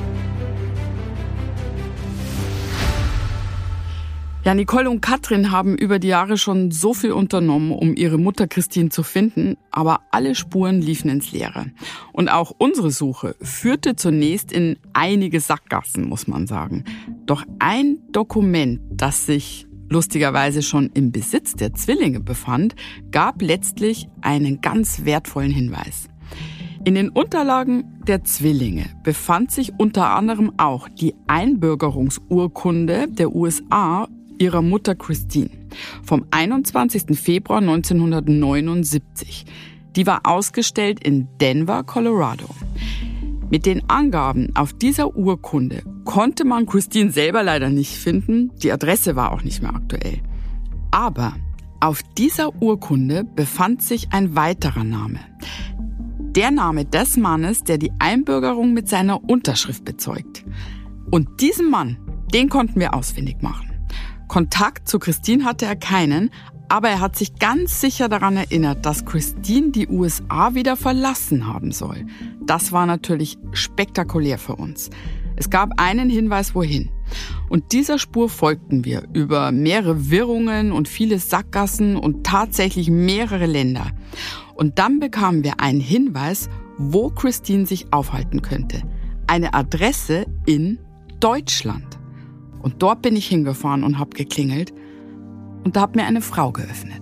Ja, Nicole und Katrin haben über die Jahre schon so viel unternommen, um ihre Mutter Christine zu finden, aber alle Spuren liefen ins Leere. Und auch unsere Suche führte zunächst in einige Sackgassen, muss man sagen. Doch ein Dokument, das sich lustigerweise schon im Besitz der Zwillinge befand, gab letztlich einen ganz wertvollen Hinweis. In den Unterlagen der Zwillinge befand sich unter anderem auch die Einbürgerungsurkunde der USA ihrer Mutter Christine vom 21. Februar 1979. Die war ausgestellt in Denver, Colorado. Mit den Angaben auf dieser Urkunde konnte man Christine selber leider nicht finden. Die Adresse war auch nicht mehr aktuell. Aber auf dieser Urkunde befand sich ein weiterer Name. Der Name des Mannes, der die Einbürgerung mit seiner Unterschrift bezeugt. Und diesen Mann, den konnten wir ausfindig machen. Kontakt zu Christine hatte er keinen, aber er hat sich ganz sicher daran erinnert, dass Christine die USA wieder verlassen haben soll. Das war natürlich spektakulär für uns. Es gab einen Hinweis, wohin. Und dieser Spur folgten wir über mehrere Wirrungen und viele Sackgassen und tatsächlich mehrere Länder. Und dann bekamen wir einen Hinweis, wo Christine sich aufhalten könnte. Eine Adresse in Deutschland. Und dort bin ich hingefahren und habe geklingelt. Und da hat mir eine Frau geöffnet.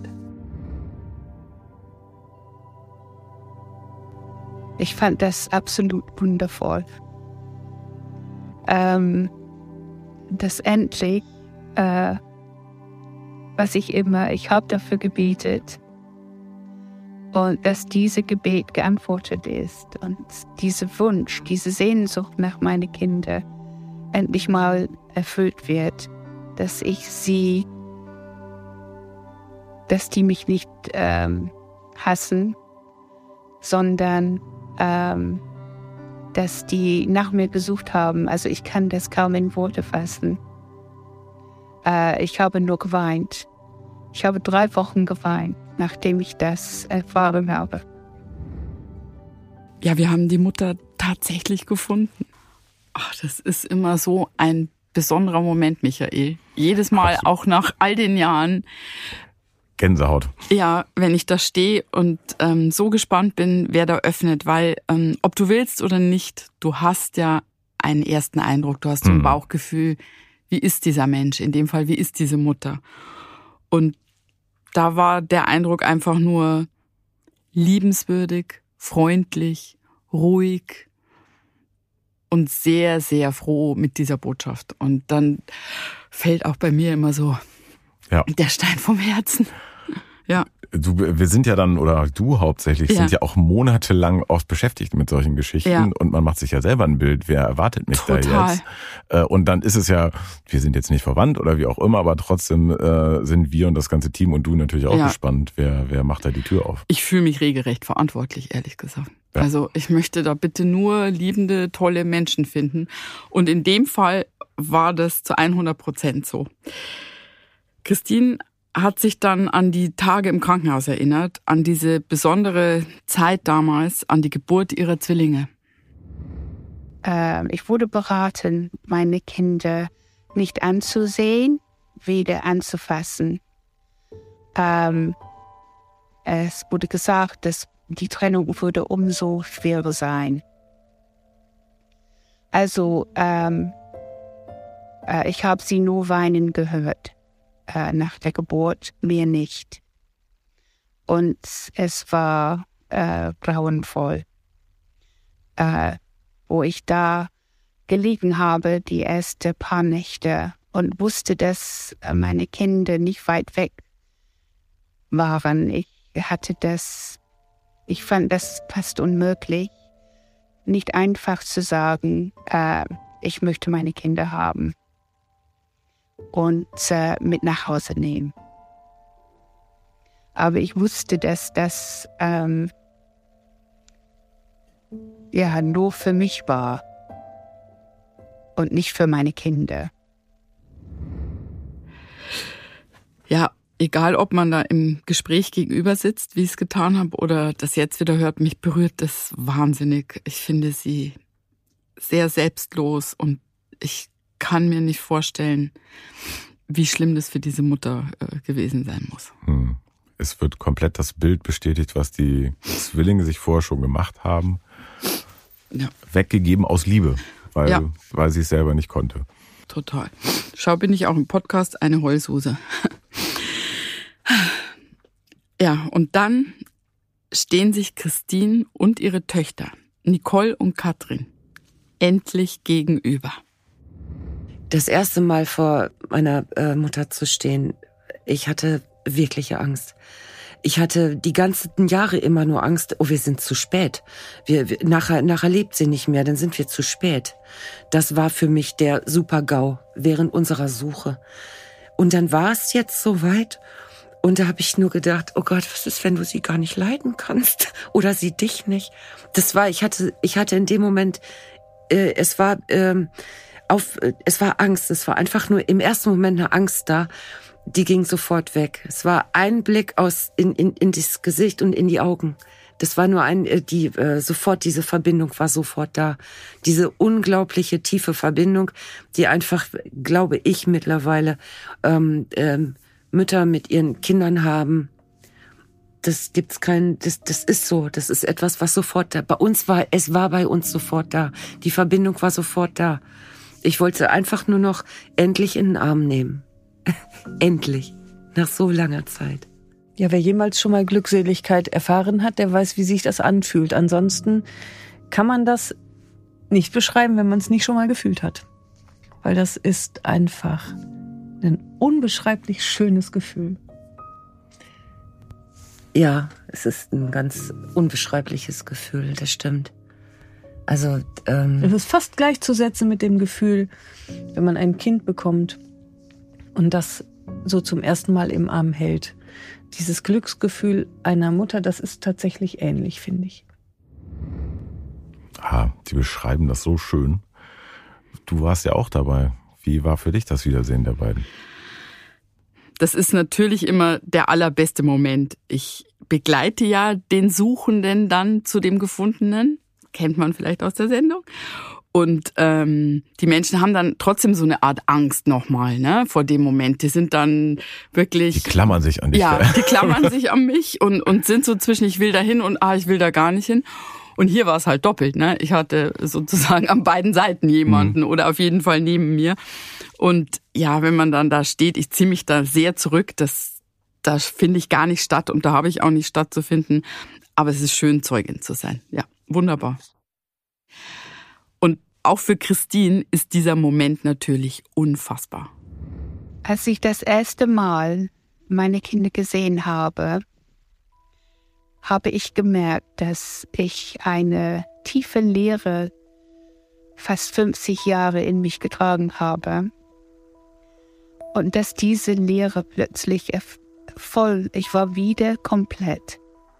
Ich fand das absolut wundervoll. Das endlich, ich habe dafür gebetet. Und dass dieses Gebet geantwortet ist. Und dieser Wunsch, diese Sehnsucht nach meinen Kindern endlich mal erfüllt wird. Dass die mich nicht hassen, sondern dass die nach mir gesucht haben. Also ich kann das kaum in Worte fassen. Ich habe nur geweint. Ich habe 3 Wochen geweint, nachdem ich das erfahren habe. Ja, wir haben die Mutter tatsächlich gefunden. Ach, das ist immer so ein besonderer Moment, Michael. Jedes Mal, auch nach all den Jahren. Gänsehaut. Ja, wenn ich da stehe und so gespannt bin, wer da öffnet, weil ob du willst oder nicht, du hast ja einen ersten Eindruck, du hast so ein Bauchgefühl, wie ist dieser Mensch, in dem Fall, wie ist diese Mutter? Und da war der Eindruck einfach nur liebenswürdig, freundlich, ruhig und sehr, sehr froh mit dieser Botschaft. Und dann fällt auch bei mir immer so der Stein vom Herzen. Ja. Wir sind ja dann, oder du hauptsächlich, sind ja auch monatelang oft beschäftigt mit solchen Geschichten und man macht sich ja selber ein Bild, wer erwartet mich da jetzt? Und dann ist es ja, wir sind jetzt nicht verwandt oder wie auch immer, aber trotzdem sind wir und das ganze Team und du natürlich auch gespannt, wer macht da die Tür auf? Ich fühle mich regelrecht verantwortlich, ehrlich gesagt. Ja. Also ich möchte da bitte nur liebende, tolle Menschen finden. Und in dem Fall war das zu 100% so. Christine hat sich dann an die Tage im Krankenhaus erinnert, an diese besondere Zeit damals, an die Geburt ihrer Zwillinge. Ich wurde beraten, meine Kinder nicht anzusehen, weder anzufassen. Es wurde gesagt, dass die Trennung würde umso schwerer sein. Also ich habe sie nur weinen gehört. Nach der Geburt, mir nicht. Und es war grauenvoll, wo ich da gelegen habe, die ersten paar Nächte und wusste, dass meine Kinder nicht weit weg waren. Ich fand das fast unmöglich, nicht einfach zu sagen, ich möchte meine Kinder haben und mit nach Hause nehmen. Aber ich wusste, dass das nur für mich war und nicht für meine Kinder. Ja, egal ob man da im Gespräch gegenüber sitzt, wie ich es getan habe, oder das jetzt wieder hört, mich berührt das wahnsinnig. Ich finde sie sehr selbstlos und ich kann mir nicht vorstellen, wie schlimm das für diese Mutter gewesen sein muss. Es wird komplett das Bild bestätigt, was die Zwillinge sich vorher schon gemacht haben. Ja. Weggegeben aus Liebe, weil sie es selber nicht konnte. Total. Schau, bin ich auch im Podcast eine Heulsuse. Ja, und dann stehen sich Christine und ihre Töchter, Nicole und Katrin, endlich gegenüber. Das erste Mal vor meiner Mutter zu stehen, ich hatte wirkliche Angst. Ich hatte die ganzen Jahre immer nur Angst, wir sind zu spät. Nachher lebt sie nicht mehr, dann sind wir zu spät. Das war für mich der Super-GAU während unserer Suche. Und dann war es jetzt soweit und da habe ich nur gedacht, oh Gott, was ist, wenn du sie gar nicht leiden kannst oder sie dich nicht? Ich hatte in dem Moment, es war Angst, es war einfach nur im ersten Moment eine Angst da, die ging sofort weg. Es war ein Blick in das Gesicht und in die Augen. Das war nur sofort diese Verbindung war sofort da. Diese unglaubliche tiefe Verbindung, die einfach, glaube ich mittlerweile, Mütter mit ihren Kindern haben. Das ist so. Das ist etwas, was sofort da. Es war bei uns sofort da. Die Verbindung war sofort da. Ich wollte einfach nur noch endlich in den Arm nehmen. Endlich. Nach so langer Zeit. Ja, wer jemals schon mal Glückseligkeit erfahren hat, der weiß, wie sich das anfühlt. Ansonsten kann man das nicht beschreiben, wenn man es nicht schon mal gefühlt hat. Weil das ist einfach ein unbeschreiblich schönes Gefühl. Ja, es ist ein ganz unbeschreibliches Gefühl, das stimmt. Also, es ist fast gleichzusetzen mit dem Gefühl, wenn man ein Kind bekommt und das so zum ersten Mal im Arm hält. Dieses Glücksgefühl einer Mutter, das ist tatsächlich ähnlich, finde ich. Die beschreiben das so schön. Du warst ja auch dabei. Wie war für dich das Wiedersehen der beiden? Das ist natürlich immer der allerbeste Moment. Ich begleite ja den Suchenden dann zu dem Gefundenen. Kennt man vielleicht aus der Sendung. Und die Menschen haben dann trotzdem so eine Art Angst nochmal, ne, vor dem Moment. Die sind dann wirklich... Die klammern sich an dich. Ja, die klammern sich an mich und sind so zwischen ich will da hin und ich will da gar nicht hin. Und hier war es halt doppelt, ne. Ich hatte sozusagen an beiden Seiten jemanden oder auf jeden Fall neben mir. Und ja, wenn man dann da steht, ich ziehe mich da sehr zurück, das finde ich gar nicht statt und da habe ich auch nicht stattzufinden. Aber es ist schön, Zeugin zu sein. Ja, wunderbar. Und auch für Christine ist dieser Moment natürlich unfassbar. Als ich das erste Mal meine Kinder gesehen habe, habe ich gemerkt, dass ich eine tiefe Leere fast 50 Jahre in mich getragen habe. Und dass diese Leere plötzlich voll, ich war wieder komplett.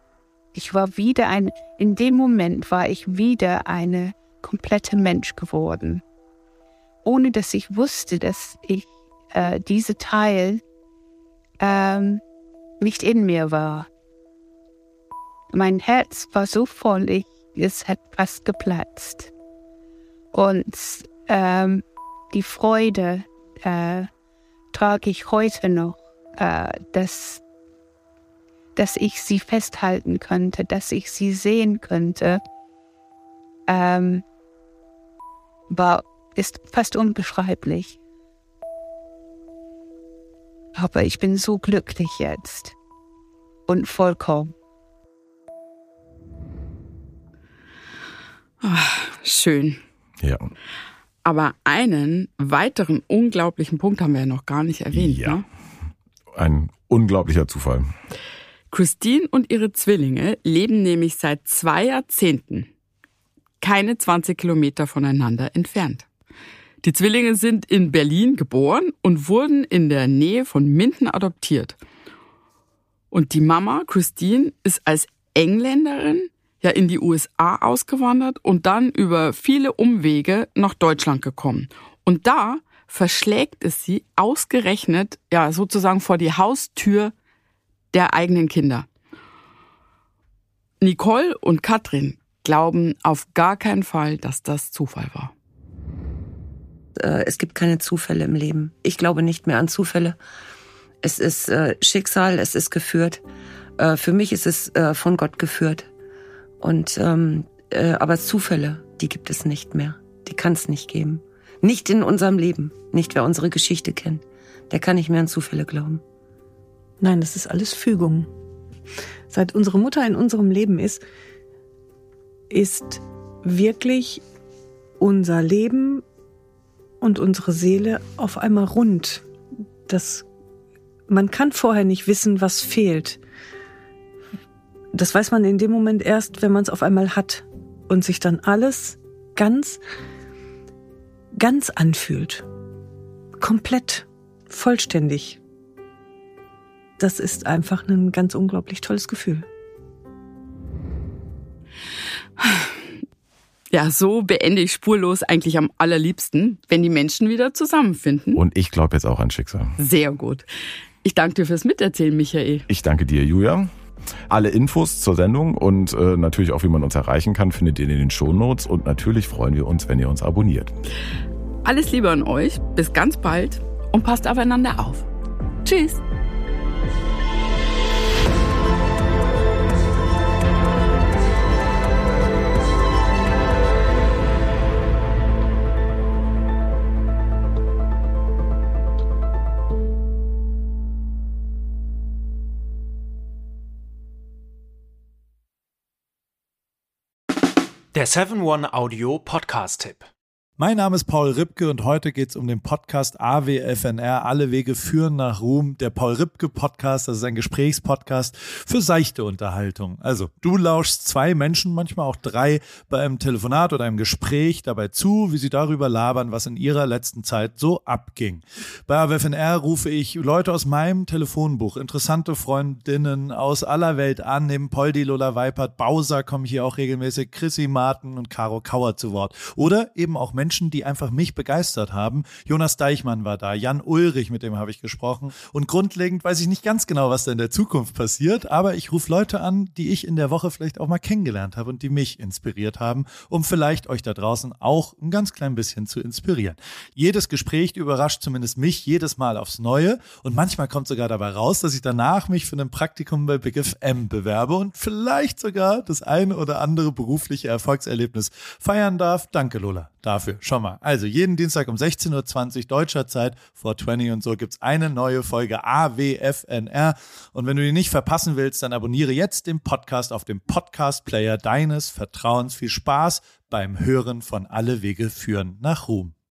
In dem Moment war ich wieder eine komplette Mensch geworden. Ohne dass ich wusste, dass ich diese Teil nicht in mir war. Mein Herz war so voll, es hat fast geplatzt. Und die Freude trage ich heute noch, dass ich sie festhalten könnte, dass ich sie sehen könnte, ist fast unbeschreiblich. Aber ich bin so glücklich jetzt und vollkommen. Schön. Ja. Aber einen weiteren unglaublichen Punkt haben wir ja noch gar nicht erwähnt. Ja. Ne? Ein unglaublicher Zufall. Christine und ihre Zwillinge leben nämlich seit 2 Jahrzehnten keine 20 Kilometer voneinander entfernt. Die Zwillinge sind in Berlin geboren und wurden in der Nähe von Minden adoptiert. Und die Mama, Christine, ist als Engländerin ja in die USA ausgewandert und dann über viele Umwege nach Deutschland gekommen. Und da verschlägt es sie ausgerechnet ja sozusagen vor die Haustür der eigenen Kinder. Nicole und Katrin glauben auf gar keinen Fall, dass das Zufall war. Es gibt keine Zufälle im Leben. Ich glaube nicht mehr an Zufälle. Es ist Schicksal, es ist geführt. Für mich ist es von Gott geführt. Und aber Zufälle, die gibt es nicht mehr. Die kann es nicht geben. Nicht in unserem Leben. Nicht wer unsere Geschichte kennt. Der kann nicht mehr an Zufälle glauben. Nein, das ist alles Fügung. Seit unsere Mutter in unserem Leben ist wirklich unser Leben und unsere Seele auf einmal rund. Man kann vorher nicht wissen, was fehlt. Das weiß man in dem Moment erst, wenn man es auf einmal hat und sich dann alles ganz, ganz anfühlt. Komplett, vollständig. Das ist einfach ein ganz unglaublich tolles Gefühl. Ja, so beende ich spurlos eigentlich am allerliebsten, wenn die Menschen wieder zusammenfinden. Und ich glaube jetzt auch an Schicksal. Sehr gut. Ich danke dir fürs Miterzählen, Michael. Ich danke dir, Julia. Alle Infos zur Sendung und natürlich auch, wie man uns erreichen kann, findet ihr in den Shownotes. Und natürlich freuen wir uns, wenn ihr uns abonniert. Alles Liebe an euch. Bis ganz bald und passt aufeinander auf. Tschüss. Der 7-One Audio Podcast-Tipp. Mein Name ist Paul Ripke und heute geht es um den Podcast AWFNR, Alle Wege führen nach Ruhm. Der Paul Ripke Podcast, das ist ein Gesprächspodcast für seichte Unterhaltung. Also du lauschst 2 Menschen, manchmal auch 3, bei einem Telefonat oder einem Gespräch dabei zu, wie sie darüber labern, was in ihrer letzten Zeit so abging. Bei AWFNR rufe ich Leute aus meinem Telefonbuch, interessante Freundinnen aus aller Welt an, neben Poldi, Lola Weipert, Bowser kommen hier auch regelmäßig, Chrissy Martin und Caro Kauer zu Wort. Oder eben auch Menschen, die einfach mich begeistert haben. Jonas Deichmann war da, Jan Ulrich, mit dem habe ich gesprochen. Und grundlegend weiß ich nicht ganz genau, was da in der Zukunft passiert, aber ich rufe Leute an, die ich in der Woche vielleicht auch mal kennengelernt habe und die mich inspiriert haben, um vielleicht euch da draußen auch ein ganz klein bisschen zu inspirieren. Jedes Gespräch überrascht zumindest mich jedes Mal aufs Neue und manchmal kommt sogar dabei raus, dass ich danach mich für ein Praktikum bei Big FM bewerbe und vielleicht sogar das eine oder andere berufliche Erfolgserlebnis feiern darf. Danke, Lola, dafür. Schon mal. Also jeden Dienstag um 16.20 Uhr deutscher Zeit, 420 und so, gibt's eine neue Folge AWFNR. Und wenn du die nicht verpassen willst, dann abonniere jetzt den Podcast auf dem Podcast-Player deines Vertrauens. Viel Spaß beim Hören von Alle Wege führen nach Ruhm.